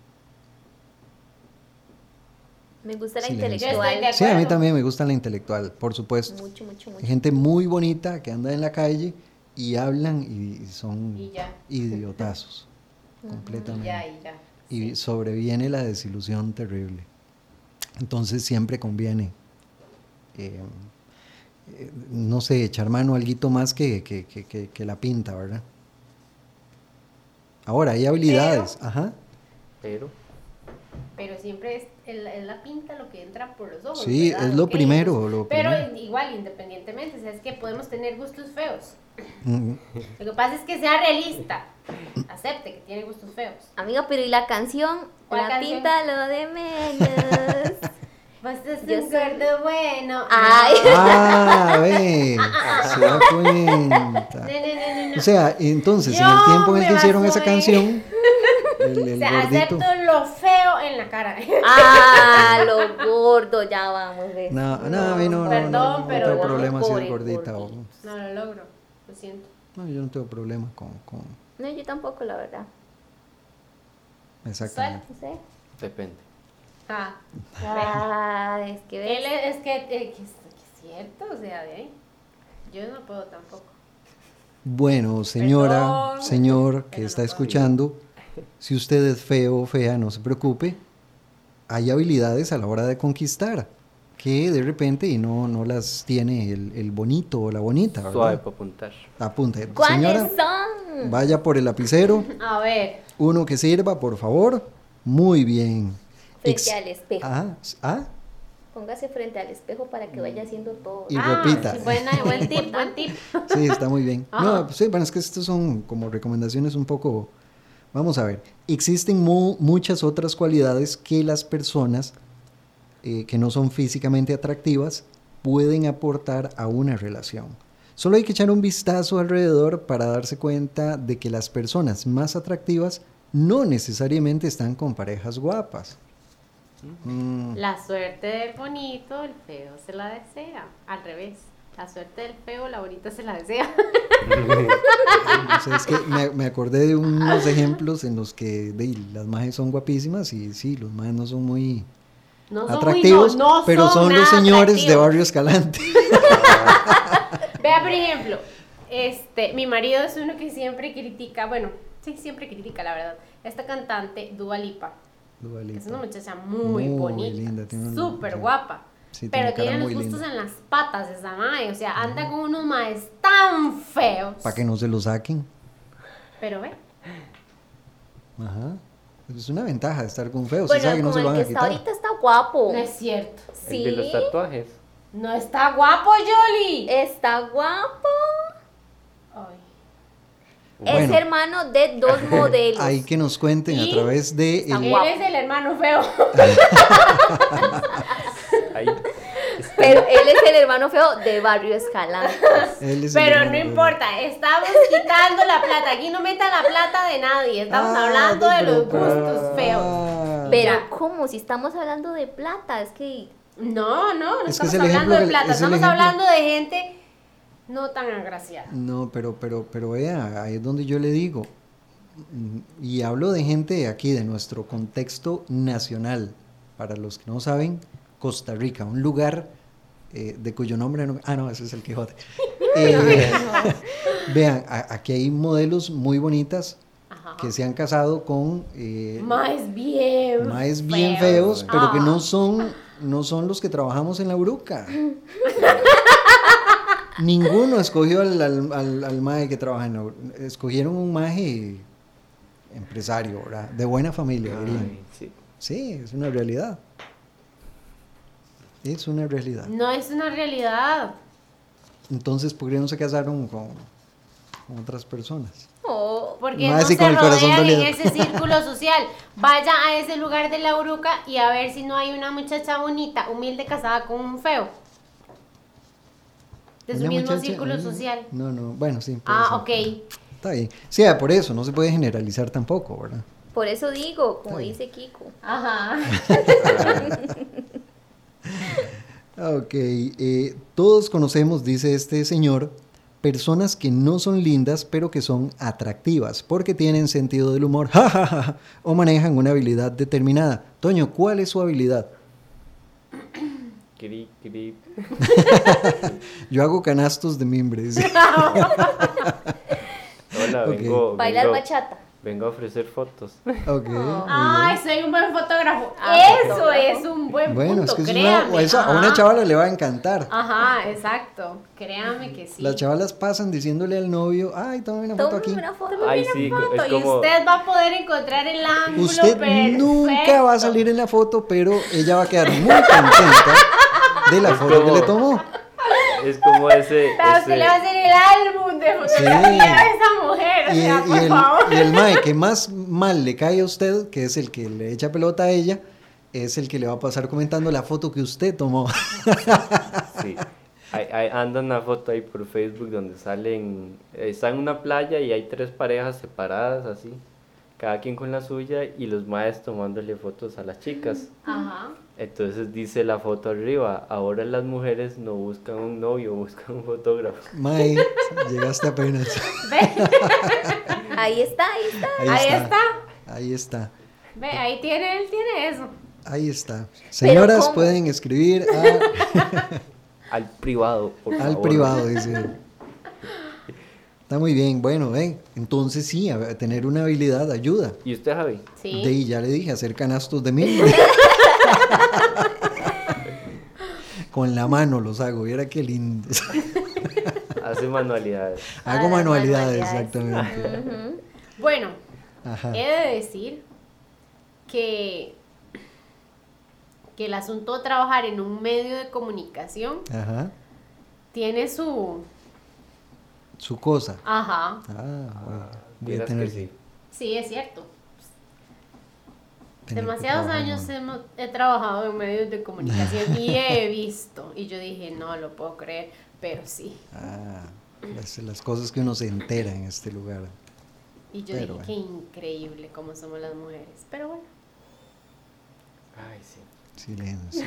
Me gusta la Silencio. Yo estoy de intelectual. Sí, a mí acuerdo. también me gusta la intelectual, por supuesto. Mucho, mucho, Hay mucho. gente muy bonita que anda en la calle y hablan y son Y ya. idiotazos, Y completamente. ya, y ya. Y sobreviene la desilusión terrible. Entonces siempre conviene, eh, eh, no sé, echar mano a alguito más que, que, que, que, que la pinta, ¿verdad? Ahora, hay habilidades, ajá. Pero, Pero siempre es, el- es la pinta lo que entra por los ojos. Sí, ¿verdad? es lo Ok, primero, pues, lo pero primero. igual, independientemente, o sea, es que podemos tener gustos feos. Mm, Lo que pasa es que sea realista. Acepte que tiene gustos feos. Amiga, pero ¿y la canción? ¿Cuál La canción? pinta lo de menos. Vos sos Yo un soy- gordo bueno. Ay. Ah, ve, se da cuenta. No, no, no, no, no. O sea, entonces, en Yo el tiempo en el me que hicieron baso esa en- canción, el, O el sea, gordito... acepto lo feo en la cara. Ah, lo gordo, ya vamos. ¿ves? No, no, a mí no, no, Perdón, no, no pero tengo no, problema si pobre es gordita. o- gordito. No lo logro, lo siento. No, yo no tengo problema con... con No, yo tampoco, la verdad. exactamente. No sé. depende. Ah, Ah, es que ves. él es, es que, eh, que es, que es cierto, o sea, de ahí. Yo no puedo tampoco. Bueno, señora, Perdón, señor que pero está no puedo. escuchando, si usted es feo o fea, no se preocupe. Hay habilidades a la hora de conquistar que de repente y no, no las tiene el, el bonito o la bonita, ¿verdad? Suave para apuntar. Apunte. ¿Cuáles Señora, son? vaya por el lapicero. A ver, Uno que sirva, por favor. Muy bien. Frente Ex- al espejo. Ah, ah, Póngase frente al espejo para que vaya haciendo todo. Y Ah, repita. sí, buena, buen tip, buen tip. Sí, está muy bien. Ajá. No, pues sí, bueno, es que estas son como recomendaciones un poco... Vamos a ver. Existen mu- muchas otras cualidades que las personas eh, que no son físicamente atractivas pueden aportar a una relación. Solo hay que echar un vistazo alrededor para darse cuenta de que las personas más atractivas no necesariamente están con parejas guapas. Mm, La suerte del bonito, el feo se la desea. Al revés. La suerte del feo, la bonita se la desea. o sea, es que me, me acordé de unos ejemplos en los que de, las majes son guapísimas y sí, los majes no son muy No son atractivos, muy, no, no pero son los nada señores de atractivos. Barrio Escalante. Vea, por ejemplo, este, mi marido es uno que siempre critica, bueno, sí, siempre critica, la verdad, esta cantante, Dua Lipa. Dua Es Lipa. una muchacha muy, Muy bonita, linda, tiene un- súper sí. guapa. Sí, pero tiene cara tiene los muy gustos linda. en las patas esa mae, o sea, anda con unos maes tan feos. Para que no se lo saquen. Pero ve, Ajá. Es una ventaja de estar con feos. Bueno, se sabe que no como se lo el van que a está quitar. ahorita está guapo. no es cierto. Sí, El de los tatuajes. No está guapo, Yoli. está guapo. Ay. Es Bueno. hermano de dos modelos. Hay que nos cuenten Y a través de... está el- Él guapo. es el hermano feo. Ahí. Pero él es el hermano feo de Barrio Escalante. él es el Pero hermano no de- importa, estamos quitando la plata. Aquí no meta la plata de nadie. Estamos Ah, hablando de los pero- gustos feos. Ah. Pero Ya. ¿cómo? Si estamos hablando de plata, es que... No, no, no Es que estamos es el hablando ejemplo de que- plata. es el Estamos ejemplo. hablando de gente no tan agraciada. No, pero, pero, pero vea, ahí es donde yo le digo, mm, y hablo de gente aquí, de nuestro contexto nacional, para los que no saben, Costa Rica, un lugar eh, de cuyo nombre no... Ah, no, ese es el Quijote. Eh, vean, a- aquí hay modelos muy bonitas Ajá. que se han casado con eh, Más bien. maes bien feos, pero Ah. que no son, no son los que trabajamos en la Uruca. Ninguno escogió al, al, al, al mae que trabaja en la Uruca. Escogieron un mae empresario, ¿verdad? De buena familia, dirían. Ay, sí. Sí, es una realidad. Es una realidad. No es una realidad. Entonces, ¿por qué no se casaron con, con otras personas? Oh, Porque Más no así se con el corazón rodean en dolido. ese círculo social. Vaya a ese lugar de la Uruca y a ver si no hay una muchacha bonita, humilde, casada con un feo. De su Una mismo muchacha- círculo mm, social. No, no, bueno, sí. puede Ah, ser. ok. Está bien. Sí, ah, por eso, no se puede generalizar tampoco, ¿verdad? por eso digo, como Ay. dice Kiko. Ajá. Ok, eh, todos conocemos, dice este señor, personas que no son lindas, pero que son atractivas, porque tienen sentido del humor, ja, ja, ja, ja, o manejan una habilidad determinada. Toño, ¿cuál es su habilidad? Cri, cri. Yo hago canastos de mimbre, dice. Hola, Ok. vengo, Bailar vengo, bachata. vengo a ofrecer fotos. Ok, muy Ay, bien. soy un buen fotógrafo. Ah, Eso fotógrafo. es un buen Bueno, punto, es que eso es créame. una, eso a una Ajá. chavala le va a encantar. Ajá, exacto. Créame que sí. Las chavalas pasan diciéndole al novio, ay, tome una foto Tómame aquí. una foto. Ay, sí, Foto, es y como... usted va a poder encontrar el ángulo Usted perfecto. nunca va a salir en la foto, pero ella va a quedar muy contenta de la Es foto que como- le tomó. Es como ese... Pero ese- usted le va a hacer el álbum de fotografía Sí. a esa mujer, o Y, sea, y por el, favor. y el mae que más mal le cae a usted, que es el que le echa pelota a ella, es el que le va a pasar comentando la foto que usted tomó. Sí. Hay, hay- anda una foto ahí por Facebook donde salen, eh, está en una playa y hay tres parejas separadas así, cada quien con la suya y los maes tomándole fotos a las chicas. Ajá. Entonces dice la foto arriba, ahora las mujeres no buscan un novio, buscan un fotógrafo. Mae, llegaste apenas. Ve, Ahí está, ahí está. Ahí, ahí está. está. Ahí está. Ve, ahí tiene, él tiene eso. Ahí está. Señoras ¿cómo? pueden escribir a- Al privado, por al favor. privado, dice. Está muy bien. Bueno, ven, entonces sí, a- tener una habilidad ayuda. ¿Y usted, Javi? Sí. De ahí ya le dije, hacer canastos de mil. Con la mano los hago, viera qué lindos. Hace manualidades. Hago Ah, las manualidades, manualidades. exactamente. Ujú. Bueno, Ajá. he de decir que, que el asunto de trabajar en un medio de comunicación Ajá. tiene su... Su cosa. Ajá. Ah, bueno. Voy a Vieras tener que sí. Sí, es cierto. tener que Demasiados trabajar, años ¿no? hemos, he trabajado en medios de comunicación y he visto. Y yo dije, no lo puedo creer, pero sí. Ah, las, las cosas que uno se entera en este lugar. Y yo Pero dije, qué increíble cómo somos las mujeres. Pero bueno. Ay, sí. Silencio.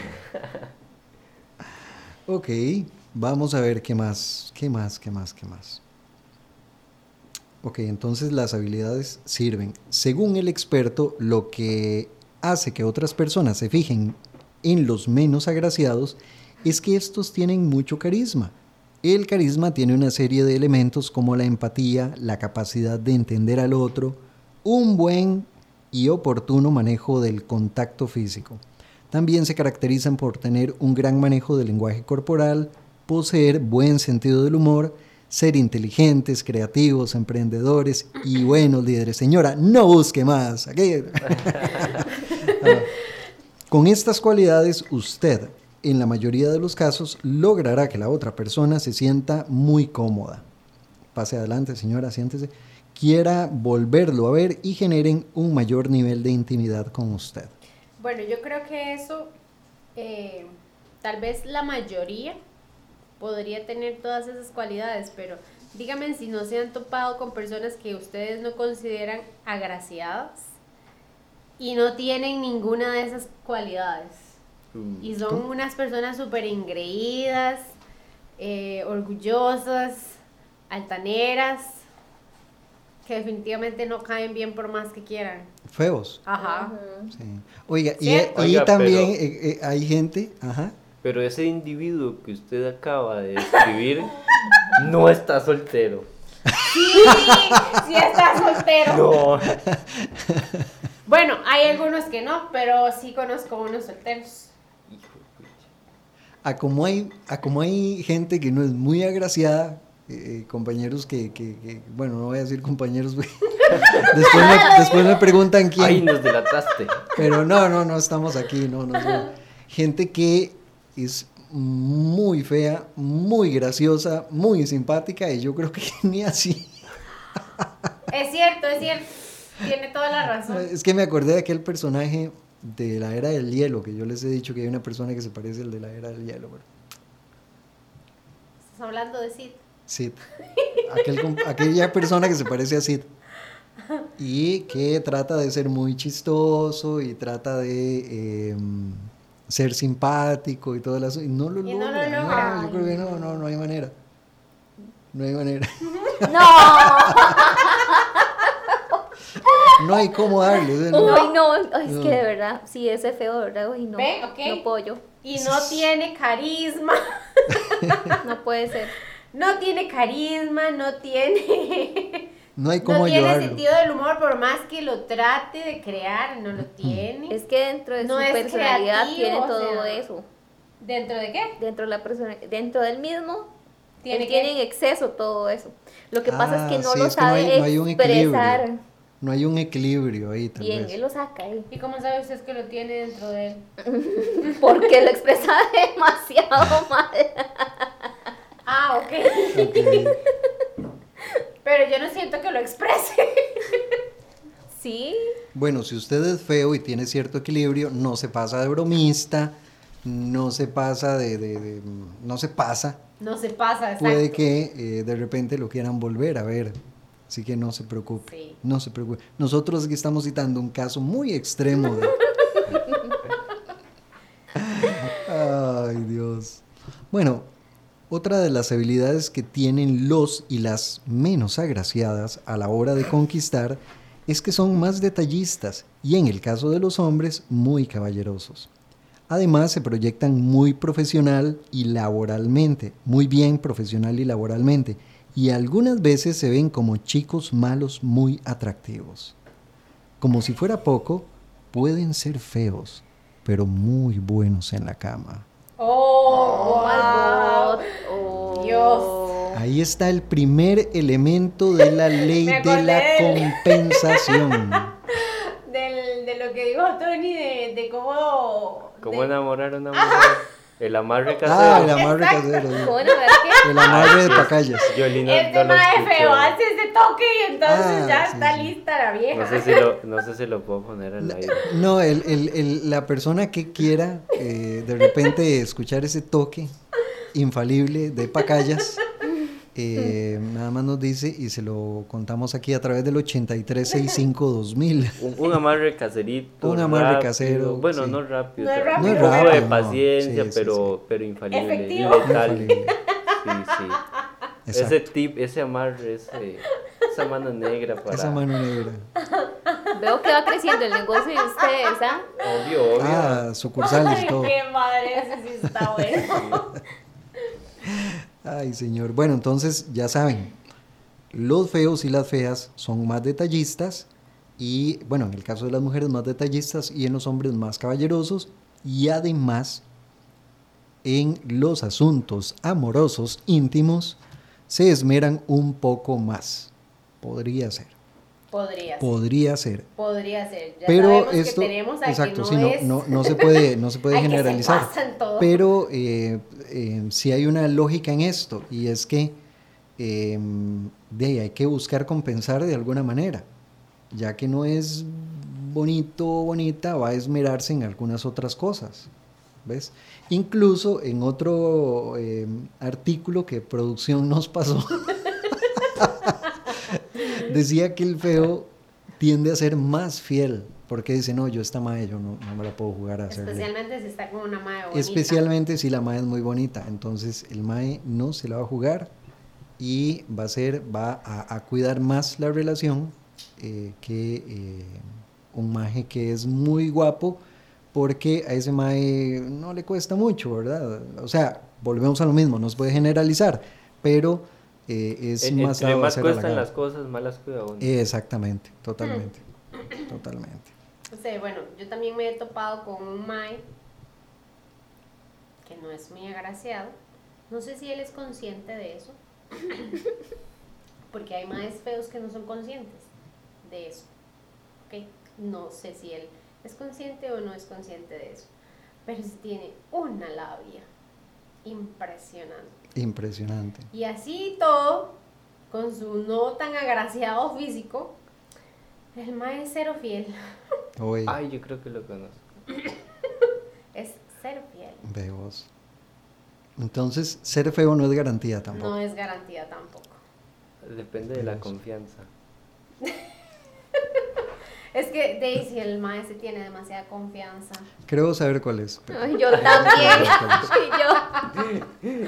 Ok, vamos a ver qué más, qué más, qué más, qué más. Ok, entonces las habilidades sirven. Según el experto, lo que hace que otras personas se fijen en los menos agraciados es que estos tienen mucho carisma. El carisma tiene una serie de elementos como la empatía, la capacidad de entender al otro, un buen y oportuno manejo del contacto físico. También se caracterizan por tener un gran manejo del lenguaje corporal, poseer buen sentido del humor, ser inteligentes, creativos, emprendedores y buenos líderes. Señora, no busque más. Aquí. Con estas cualidades, usted, en la mayoría de los casos, logrará que la otra persona se sienta muy cómoda. Pase adelante, señora, siéntese. Quiera volverlo a ver y generen un mayor nivel de intimidad con usted. Bueno, yo creo que eso, eh, tal vez la mayoría podría tener todas esas cualidades, pero díganme si no se han topado con personas que ustedes no consideran agraciadas y no tienen ninguna de esas cualidades. Mm. Y son unas personas súper engreídas, eh, orgullosas, altaneras, que definitivamente no caen bien por más que quieran. Feos. Ajá. Sí. Oiga, y, ¿Cierto? y Oiga, también pero- eh, eh, hay gente, ajá, Pero ese individuo que usted acaba de describir no está soltero. Sí, sí está soltero. No. Bueno, hay algunos que no, pero sí conozco unos solteros. Hijo de pucha. a como hay, a como hay gente que no es muy agraciada, eh, compañeros que, que, que, bueno, no voy a decir compañeros, porque después, me, después me preguntan quién, Ay, nos delataste. pero no, no, no estamos aquí, no, no, no. Gente que es muy fea, muy graciosa, muy simpática, y yo creo que ni así. Es cierto, es cierto. Tiene toda la razón. Es que me acordé de aquel personaje de la Era del Hielo, que yo les he dicho que hay una persona que se parece al de la Era del Hielo, pero Estás hablando de Sid. Sid. Aquel, com- aquella persona que se parece a Sid. Y que trata de ser muy chistoso y trata de eh, ser simpático y todo eso. Y no lo Y no logra. lo No, logra. yo creo que no, no, no hay manera. No hay manera. No, No hay cómo darle. o sea, no. uy, no, ay, es No. que de verdad, sí, ese feo, de verdad, uy, no, Ve, ok. no puedo yo, Y no tiene carisma. no puede ser. No tiene carisma, no tiene. No hay No cómo tiene ayudarlo. sentido del humor, por más que lo trate de crear, no lo tiene. Es que dentro de No su es personalidad creativo, tiene o todo sea, eso. ¿Dentro de qué? Dentro de la persona, dentro del mismo, ¿Tiene él qué? tiene en exceso todo eso. Lo que pasa es que Ah, no sí, lo es que no sabe hay- no hay un equilibrio. expresar No hay un equilibrio ahí, tal bien, vez. él lo saca ahí. ¿Y cómo sabe usted que lo tiene dentro de él? Porque lo expresa demasiado mal. Ah, ok. Ok. Pero yo no siento que lo exprese. Sí, Bueno, si usted es feo y tiene cierto equilibrio, no se pasa de bromista, no se pasa de... de- de- no se pasa. No se pasa, exacto. Puede que eh, de repente lo quieran volver a ver. Así que no se preocupe. Sí. No se preocupe. Nosotros aquí estamos citando un caso muy extremo. de- Ay, Dios. Bueno, otra de las habilidades que tienen los y las menos agraciadas a la hora de conquistar es que son más detallistas y en el caso de los hombres muy caballerosos. Además se proyectan muy profesional y laboralmente, muy bien profesional y laboralmente, y algunas veces se ven como chicos malos muy atractivos. Como si fuera poco, pueden ser feos, pero muy buenos en la cama. Oh, oh, my wow. God. Oh. Dios. Ahí está el primer elemento de la ley Me de la acordé del- compensación. Del, del lo que dijo Tony de, de cómo... ¿Cómo de- enamorar a una mujer? El amarre casero. Ah, el amarre casero. sí. ¿Cómo no? ¿Verdad que? El amarre de pacayas. Yo no, Este no lo mae escuché. feo hace ese toque y entonces Ah, ya sí, está sí. lista la vieja. No sé si lo, no sé si lo puedo poner al aire. No, el, el, el- la persona que quiera eh, de repente escuchar ese toque infalible de pacayas, eh, nada más nos dice y se lo contamos aquí a través del ochenta y tres sesenta y cinco dos mil. Un, un amarre caserito. Un amarre rápido. casero, Bueno, sí. no rápido. No es o sea, rápido, un poco pero- de No, paciencia, sí, sí, pero, pero infalible. Efectivo. Y letal. Infalible. Sí, sí. Exacto. Ese tip, ese amarre, ese, esa mano negra para... Esa mano negra. Veo que va creciendo el negocio de ustedes, ¿ah? Obvio, obvio. Ah, sucursales y Ay, todo. qué madre, ese sí está bueno. Ay, señor. Bueno, entonces ya saben, los feos y las feas son más detallistas y, bueno, en el caso de las mujeres más detallistas y en los hombres más caballerosos y además en los asuntos amorosos íntimos se esmeran un poco más. Podría ser, Podría ser. podría ser. Podría ser. Ya Pero sabemos esto, que tenemos a exacto, que sí, no no, es... no, no se puede, no se puede Ay, que se generalizar. pasa en todo. Pero eh, eh, sí hay una lógica en esto y es que eh, de ahí hay que buscar compensar de alguna manera, ya que no es bonito o bonita, va a esmerarse en algunas otras cosas, ¿ves? Incluso en otro eh, artículo que producción nos pasó, decía que el feo tiende a ser más fiel, porque dice, no, yo esta mae, yo no, no me la puedo jugar a hacerle. Especialmente si está con una madre bonita. Especialmente si la mae es muy bonita, entonces el mae no se la va a jugar y va a ser, va a, a cuidar más la relación eh, que eh, un maje que es muy guapo, porque a ese mae no le cuesta mucho, ¿verdad? O sea, volvemos a lo mismo, no se puede generalizar, pero eh, es En- más entre dado a más ser cuestan halagado. las cosas, más las cuida uno. Exactamente, totalmente, totalmente. No sé, bueno, yo también me he topado con un mae que no es muy agraciado. No sé si él es consciente de eso. Porque hay maes feos que no son conscientes de eso. ¿Ok? No sé si él es consciente o no es consciente de eso. Pero sí tiene una labia impresionante. Impresionante. Y así todo, con su no tan agraciado físico, el mae es cero fiel. Oye, Ay, yo creo que lo conozco. Es cero fiel. ve vos. Entonces, ser feo no es garantía tampoco. No es garantía tampoco. Depende de la Dios. confianza. Es que Daisy, el maestro tiene demasiada confianza. Creo saber cuál es. pero- Ay, yo también. Y yo.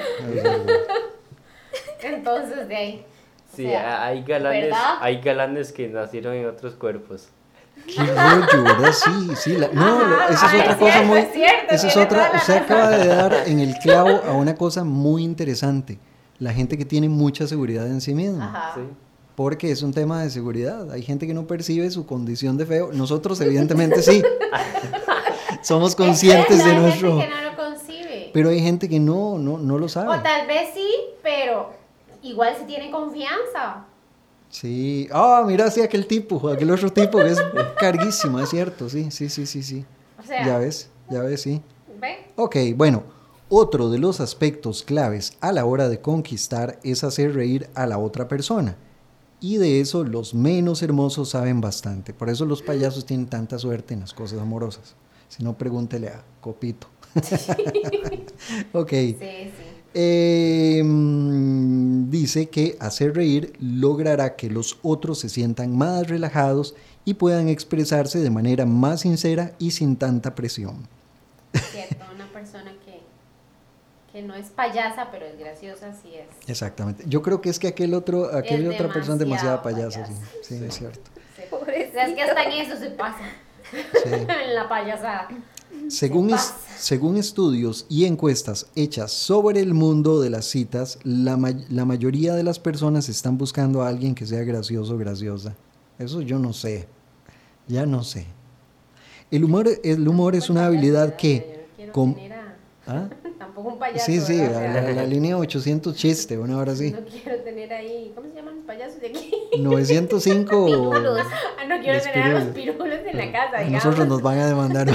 Entonces, de ahí. o Sí, sea, hay galanes, ¿verdad? hay galanes que nacieron en otros cuerpos. Qué rollo, ¿verdad? Sí, sí. la- no, Ajá, lo- esa es ah, otra es cosa cierto, muy. es cierto, esa es tiene otra. toda la Usted razón. acaba de dar en el clavo a una cosa muy interesante. La gente que tiene mucha seguridad en sí misma. Ajá. Sí. Porque es un tema de seguridad. Hay gente que no percibe su condición de feo. Nosotros, evidentemente, sí. Somos conscientes Pero de hay nuestro. gente que no lo concibe. Pero hay gente que no, no, no lo sabe. O tal vez sí, pero igual se tiene confianza. Sí. Ah, mira, sí, aquel tipo, aquel otro tipo que es carguísimo, es cierto. Sí, sí, sí, sí, sí. O sea, Ya ves, ya ves, sí. ¿ve? Ok, bueno, otro de los aspectos claves a la hora de conquistar es hacer reír a la otra persona. Y de eso los menos hermosos saben bastante. Por eso los payasos tienen tanta suerte en las cosas amorosas. Si no, pregúntele a Copito. Ok. Sí, sí. Eh, mm, dice que hacer reír logrará que los otros se sientan más relajados y puedan expresarse de manera más sincera y sin tanta presión. Cierto, una persona que, que no es payasa, pero es graciosa, sí es. Exactamente. Yo creo que es que aquel otro, aquella Es otra persona es demasiada demasiado payasa. Sí, payasa. sí, es cierto. Sí. O sea, es que hasta en eso se pasa. Sí. En la payasada. Según, Se es- pasa. según estudios y encuestas hechas sobre el mundo de las citas, la, may- la mayoría de las personas están buscando a alguien que sea gracioso o graciosa. Eso yo no sé. Ya no sé. El humor, el humor es una Tampoco habilidad payasa, que... yo no quiero com- tener a- ¿Ah? Tampoco tampoco un payaso. Sí, sí, ¿verdad? O la, sea, la- la línea ochocientos chiste, una hora así. no quiero tener ahí, ¿cómo se llaman los payasos de aquí? novecientos cinco. Pirulos. Ah, no quiero Los tener a los pirulos. pirulos en la casa, A digamos. nosotros nos van a demandar.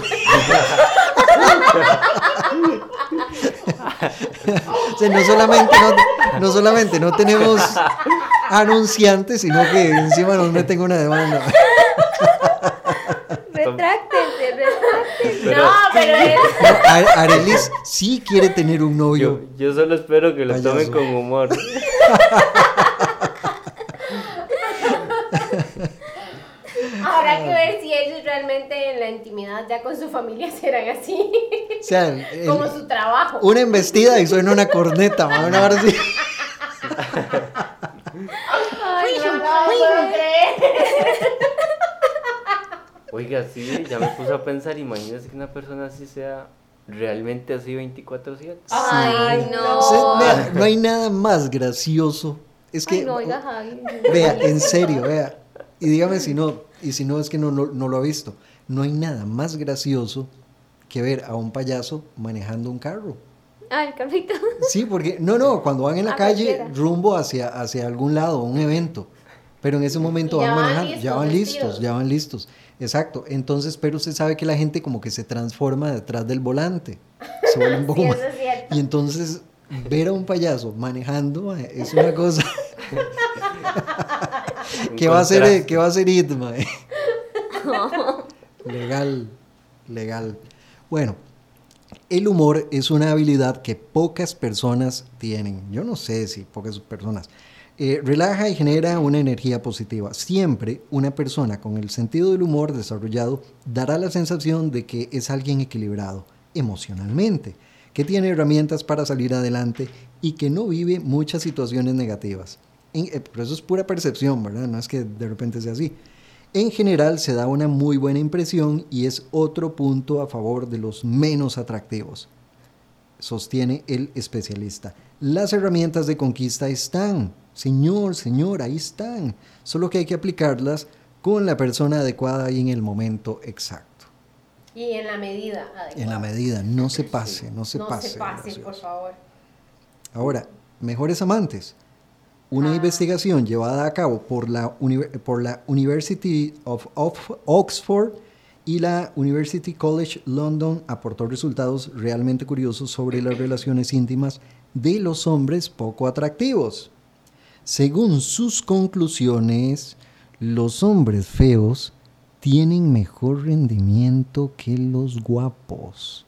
O sea, no solamente no, no solamente no tenemos anunciantes, sino que encima nos meten una demanda. Retráctense, retráctense. No, pero es... No, A- Arelis sí quiere tener un Yo, novio. yo solo espero que lo Payaso. tomen con humor. Habrá que ver si ellos realmente en la intimidad ya con su familia serán así. O sea, el- Como su trabajo. una embestida y suena una corneta, man, una hora así. Ay, no, No puedo creer. Oiga, sí, ya me puse a pensar, imagínese que una persona así sea realmente así veinticuatro siete. Ay, no. O sea, vea, no hay nada más gracioso. Es que, Ay, no, oiga, Javi. vea, en serio, vea. Y dígame si no, y si no es que no, no, no lo ha visto. No hay nada más gracioso que ver a un payaso manejando un carro. Ah, el carrito. Sí, porque, no, no, cuando van en la Ah, calle cualquiera. rumbo hacia, hacia algún lado, un evento. Pero en ese momento Y ya van van manejando, listos, ya van listos, vestidos. ya van listos. Exacto. Entonces, pero usted sabe que la gente como que se transforma detrás del volante. Se vuelve un poco Sí, más. eso es cierto. Y entonces, ver a un payaso manejando eh, es una cosa. Un ¿Qué va a hacer, contraste. ¿Qué va a hacer Itma? eh? Legal, legal. Bueno, el humor es una habilidad que pocas personas tienen. Yo no sé si pocas personas. Eh, relaja y genera una energía positiva. Siempre una persona con el sentido del humor desarrollado dará la sensación de que es alguien equilibrado emocionalmente, que tiene herramientas para salir adelante y que no vive muchas situaciones negativas. En- eh, pero eso es pura percepción, ¿verdad? No es que de repente sea así. En general se da una muy buena impresión y es otro punto a favor de los menos atractivos, sostiene el especialista. Las herramientas de conquista están, señor, señor, ahí están, solo que hay que aplicarlas con la persona adecuada y en el momento exacto. Y en la medida adecuada. En la medida, no se pase, no se no pase. se pase, gracioso. por favor. Ahora, mejores amantes. Una Ah. investigación llevada a cabo por la, uni- por la University of, of Oxford y la University College London aportó resultados realmente curiosos sobre las relaciones íntimas de los hombres poco atractivos. Según sus conclusiones, los hombres feos tienen mejor rendimiento que los guapos.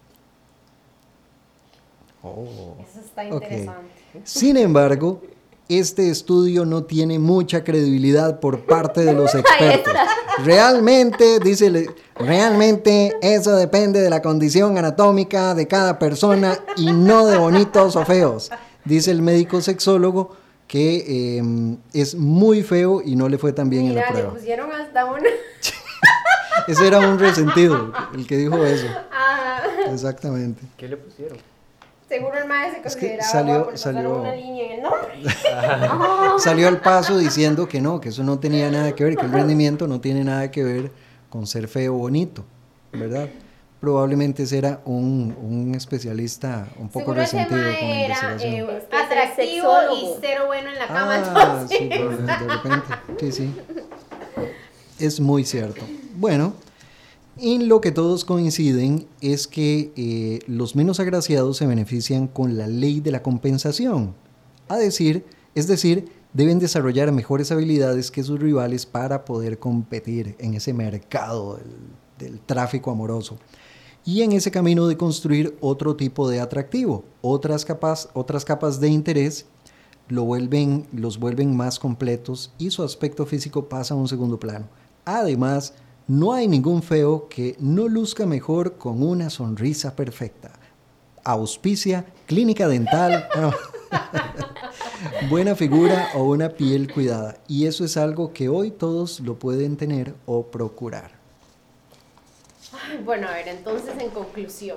Oh. Eso está Ok. interesante. Sin embargo, este estudio no tiene mucha credibilidad por parte de los expertos. Realmente, dice, le- realmente eso depende de la condición anatómica de cada persona y no de bonitos o feos, dice el médico sexólogo que eh, es muy feo y no le fue tan bien en la Mira, le prueba. pusieron hasta una... Ese era un resentido, el que dijo eso. Ah, Exactamente. ¿Qué le pusieron? seguro el maestro se Es que consideraba salió- guapo, le pasaron salió- una línea en el nombre. Salió al paso diciendo que no, que eso no tenía nada que ver, que el rendimiento no tiene nada que ver con ser feo o bonito, ¿verdad? Probablemente ese era un, un especialista un poco Seguro ese resentido con la mae era investigación. eh, Es que es atractivo y sexólogo. cero bueno en la cama, Ah, entonces. sí, de, de repente, sí, sí. Es muy cierto. Bueno, en lo que todos coinciden es que eh, los menos agraciados se benefician con la ley de la compensación. A decir, es decir, deben desarrollar mejores habilidades que sus rivales para poder competir en ese mercado del, del tráfico amoroso. Y en ese camino de construir otro tipo de atractivo, otras capas, otras capas de interés, lo vuelven, los vuelven más completos y su aspecto físico pasa a un segundo plano. Además, no hay ningún feo que no luzca mejor con una sonrisa perfecta. Auspicia, clínica dental, no. buena figura o una piel cuidada. Y eso es algo que hoy todos lo pueden tener o procurar. Ay, bueno, a ver, entonces en conclusión.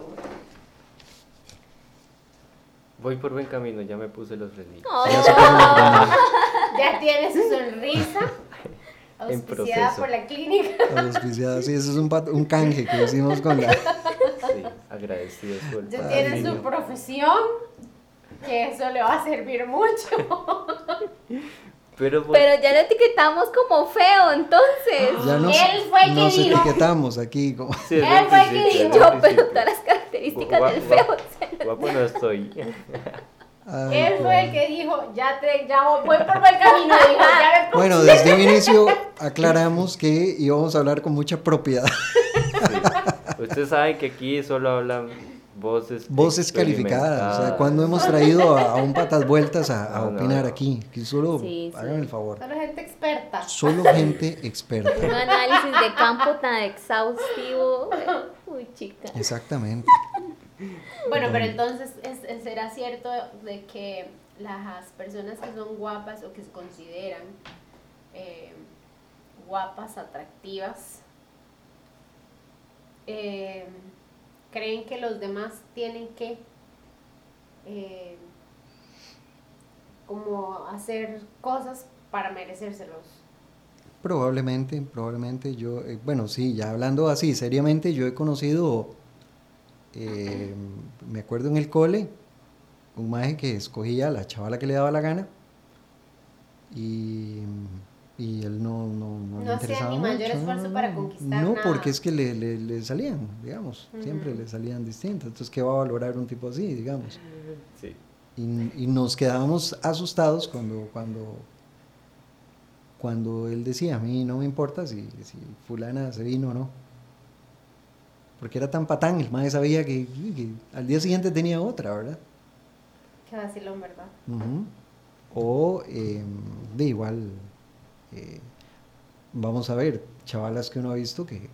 Voy por buen camino, ya me puse los frenillos. Ya se pueden aprender. Ya tiene su sonrisa. En Auspiciada proceso. por la clínica. Auspiciada, sí, eso es un, pat- un canje que hicimos con la... Sí, agradecidos por el Ya tiene patrocinio. su profesión, que eso le va a servir mucho. Pero, pues, Pero ya lo etiquetamos como feo, entonces. Ya nos, Él fue el que nos dijo. etiquetamos aquí. Como, sí, es Él fue el que requisito, dijo. es Yo, requisito. pero todas las características Gua- del gua- feo. o sea, Guapo no estoy. ay, Él qué fue el bueno. que dijo, ya, te, ya voy por buen camino, dijo, ya me Bueno, desde un inicio aclaramos que íbamos a hablar con mucha propiedad. Sí. Ustedes saben que aquí solo hablan voces Voces calificadas. O sea, experimentadas. cuando hemos traído a, a un patas vueltas a, a No, no, opinar no. aquí. Que solo Sí, sí. hagan el favor. Solo gente experta. Solo gente experta. un análisis de campo tan exhaustivo. Uy, chica. Exactamente. Bueno, pero entonces es, es- será cierto de que las personas que son guapas o que se consideran eh, guapas, atractivas, eh, creen que los demás tienen que eh, como hacer cosas para merecérselos. Probablemente, probablemente yo, eh, bueno, sí, ya hablando así, seriamente, yo he conocido, eh, me acuerdo en el cole, un maje que escogía a la chavala que le daba la gana y, y él no, no, no, le No hacía interesaba ni mayor mucho, esfuerzo para conquistar no, nada. porque es que le, le, le salían, digamos, siempre Ujú. le salían distintas, entonces, ¿qué va a valorar un tipo así, digamos? Sí. Y, y nos quedábamos asustados cuando, cuando, cuando él decía, a mí no me importa si, si fulana se vino o no. Porque era tan patán, el mae sabía que, que al día siguiente tenía otra, ¿verdad? Qué vacilón, ¿verdad? Ujú. O eh, de igual, eh, vamos a ver, chavalas que uno ha visto que,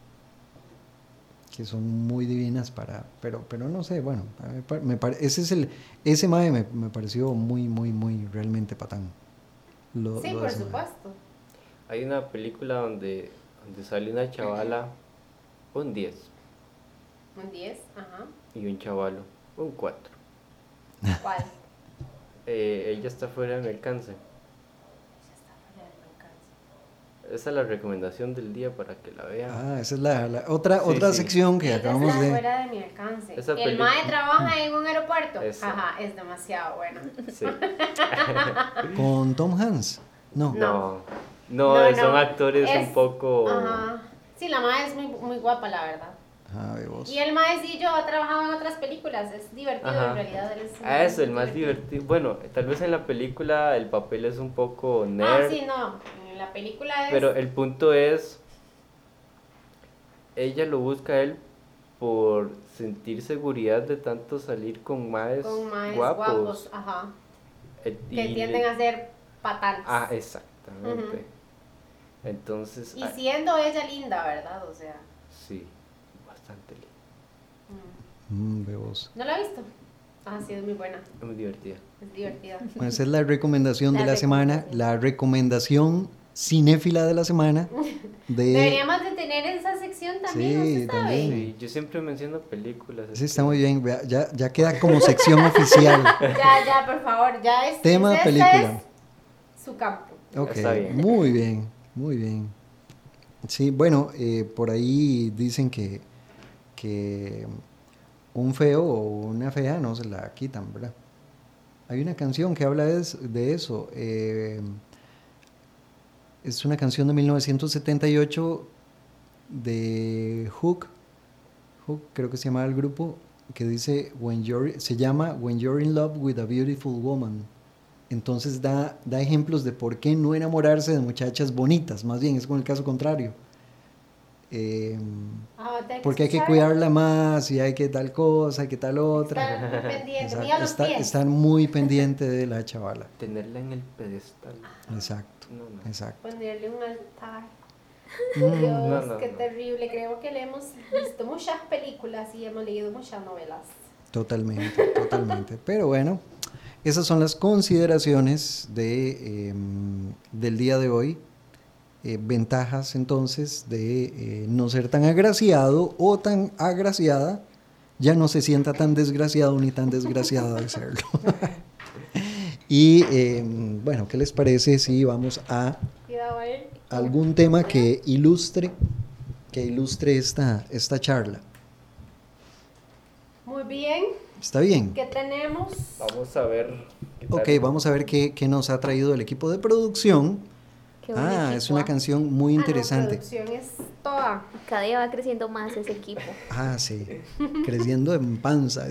que son muy divinas para, pero, pero no sé, bueno, a mí me pa- me pare- ese es el, ese mae me, me pareció muy, muy, muy realmente patán. Lo- Sí, lo de por ese mae. supuesto. Hay una película donde, donde sale una chavala un diez Un diez, ajá. y un chavalo un cuatro. ¿Cuál? Eh, ella está fuera del alcance. Esa es la recomendación del día para que la vean. Ah, esa es la, la otra, Sí, otra sí. sección que Ella acabamos está de... fuera de mi alcance. Esa El película- mae trabaja en un aeropuerto. Esa. Ajá, es demasiado bueno. Sí. Con Tom Hanks. No. No, no, No, son no. actores Es- un poco... Ajá. Sí, la mae es muy, muy guapa, la verdad. Ah, ve vos. Y el maecillo ha trabajado en otras películas. Es divertido, Ajá. en realidad. Él es Ah, es muy el más divertido. Bueno, tal vez en la película el papel es un poco Ah, nerd, sí, no. En la película es. pero el punto es, ella lo busca a él por sentir seguridad de tanto salir con maes, con maes guapos. guapos. Ajá. Eh, Que y tienden le- a ser patanes. Ah, exactamente. Ujú. Entonces, Y ah, siendo ella linda, ¿verdad? O sea. sí, bastante lindo, mm. Mm, ve vos. ¿No la he visto? Ah, sí, es muy buena. es muy divertida. Es divertida. Bueno, esa es la recomendación de La la semana, recomendación. la recomendación cinéfila de la semana. De... Deberíamos de tener esa sección también, Sí, ¿usted sabe? también. Sí, yo siempre menciono películas. Sí, es está que- muy bien, vea, ya, ya queda como sección oficial. Ya, ya, por favor, ya es. Tema esta película. es su campo. Ok, Está bien. muy bien, muy bien. Sí, bueno, eh, por ahí dicen que, que un feo o una fea no se la quitan, ¿verdad? Hay una canción que habla de, es- de eso. eh, es una canción de mil novecientos setenta y ocho de Hook. Hook, creo que se llama el grupo, que dice, When you're, se llama When You're in Love with a Beautiful Woman. Entonces da, da ejemplos de por qué no enamorarse de muchachas bonitas, más bien es con el caso contrario. Eh, Ah, tengo porque hay que escucharla. cuidarla más y hay que tal cosa, hay que tal otra. Estar muy pendiente, Exacto, muy a los está- pies. estar muy pendiente de la chavala. Tenerla en el pedestal. Exacto, No, no. exacto. Ponerle un altar. Mm, Dios, No, no, qué no. terrible. Creo que le hemos visto muchas películas y hemos leído muchas novelas. Totalmente, totalmente. Pero bueno, esas son las consideraciones de, eh, del día de hoy. Eh, ventajas entonces de eh, no ser tan agraciado o tan agraciada. Ya no se sienta tan desgraciado ni tan desgraciada de serlo. Y eh, bueno, ¿qué les parece si vamos a Cuidado ahí. algún tema que ilustre, que ilustre esta, esta charla? bien. ¿Está bien? ¿Qué tenemos? Vamos a ver. qué tal. Ok, vamos a ver qué, qué nos ha traído el equipo de producción. Qué buen Ah, equipo, es una ah. canción muy Ah, no, interesante. producción es toda. Cada día va creciendo más ese equipo. Ah, sí, creciendo en panza.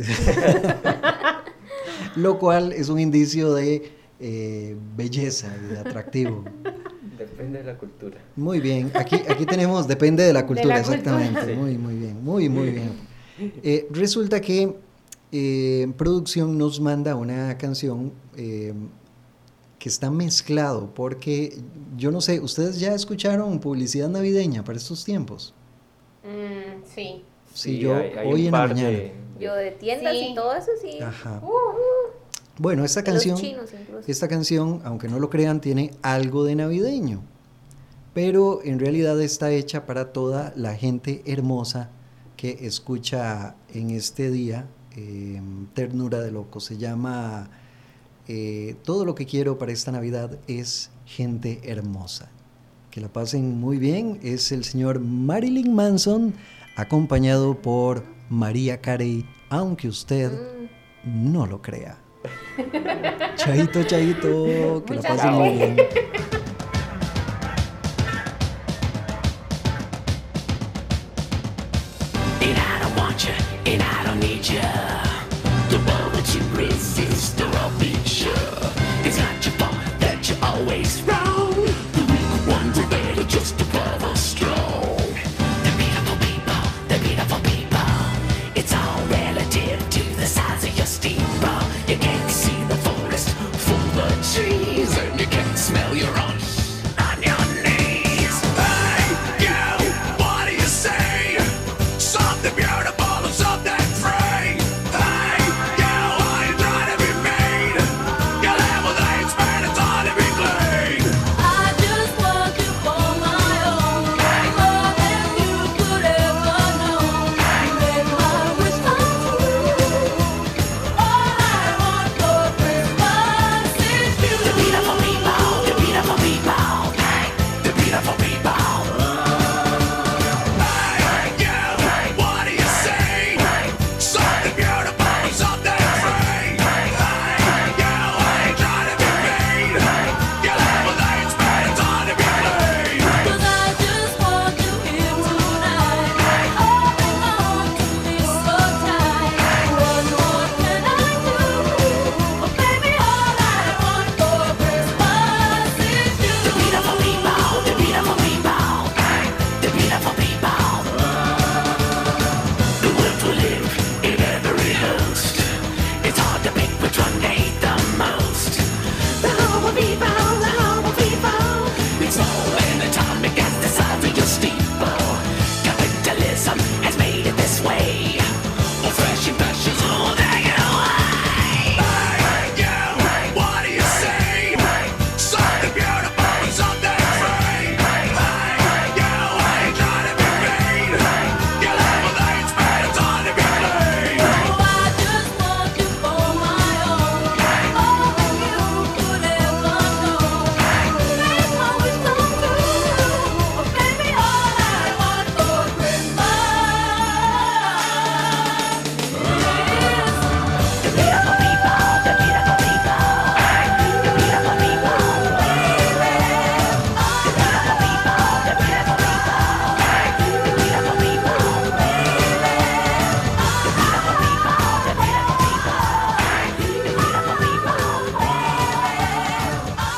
Lo cual es un indicio de eh, belleza y de atractivo. Depende de la cultura. Muy bien, aquí, aquí tenemos, depende de la cultura, la exactamente. cultura. Muy, muy bien, muy, muy bien. Eh, resulta que eh, producción nos manda una canción eh, que está mezclado, porque yo no sé, ¿ustedes ya escucharon publicidad navideña para estos tiempos? Mm, sí. Sí, yo hay, hay hoy un en la par mañana. de- Yo de tiendas Sí. y todo eso sí. Ajá. Uh, uh, Bueno, esta de los canción, chinos incluso. esta canción, aunque no lo crean, tiene algo de navideño, pero en realidad está hecha para toda la gente hermosa que escucha en este día eh, Ternura de Loco. Se llama eh, Todo lo que quiero para esta Navidad es gente hermosa. Que la pasen muy bien. Es el señor Marilyn Manson acompañado por María Carey, aunque usted Mm. no lo crea. Chaito, chaito, que la Muchas pasen muy bien. And I don't want you, and I don't need you. The moment you resist, or I'll beat you. It's not your fault that you're always wrong. The weak ones are there to justify the strong. The beautiful people, the beautiful people. It's all relative to the size of your steeple. You can't see the forest for the trees, and you can't smell your own on your knees. Hey, you, what do you say? Something beautiful and something free. Hey, you, I ain't trying to be mean. You live with AIDS, man, it's hard to be clean. I just want you for my own, more than you could ever know. You make my wish come true. All I want for Christmas is you. The beautiful people, the beautiful people, hey, the beautiful people. Hey, you, what do you say? Something beautiful and something free. Hey, you, I ain't trying to be mean. You live with AIDS, man, it's hard to be clean. 'Cause I just want you here tonight. Holding on to me so tight. What more can I do? Oh baby, all I want for Christmas is you. The beautiful people, the beautiful people, hey, the beautiful people. The world we live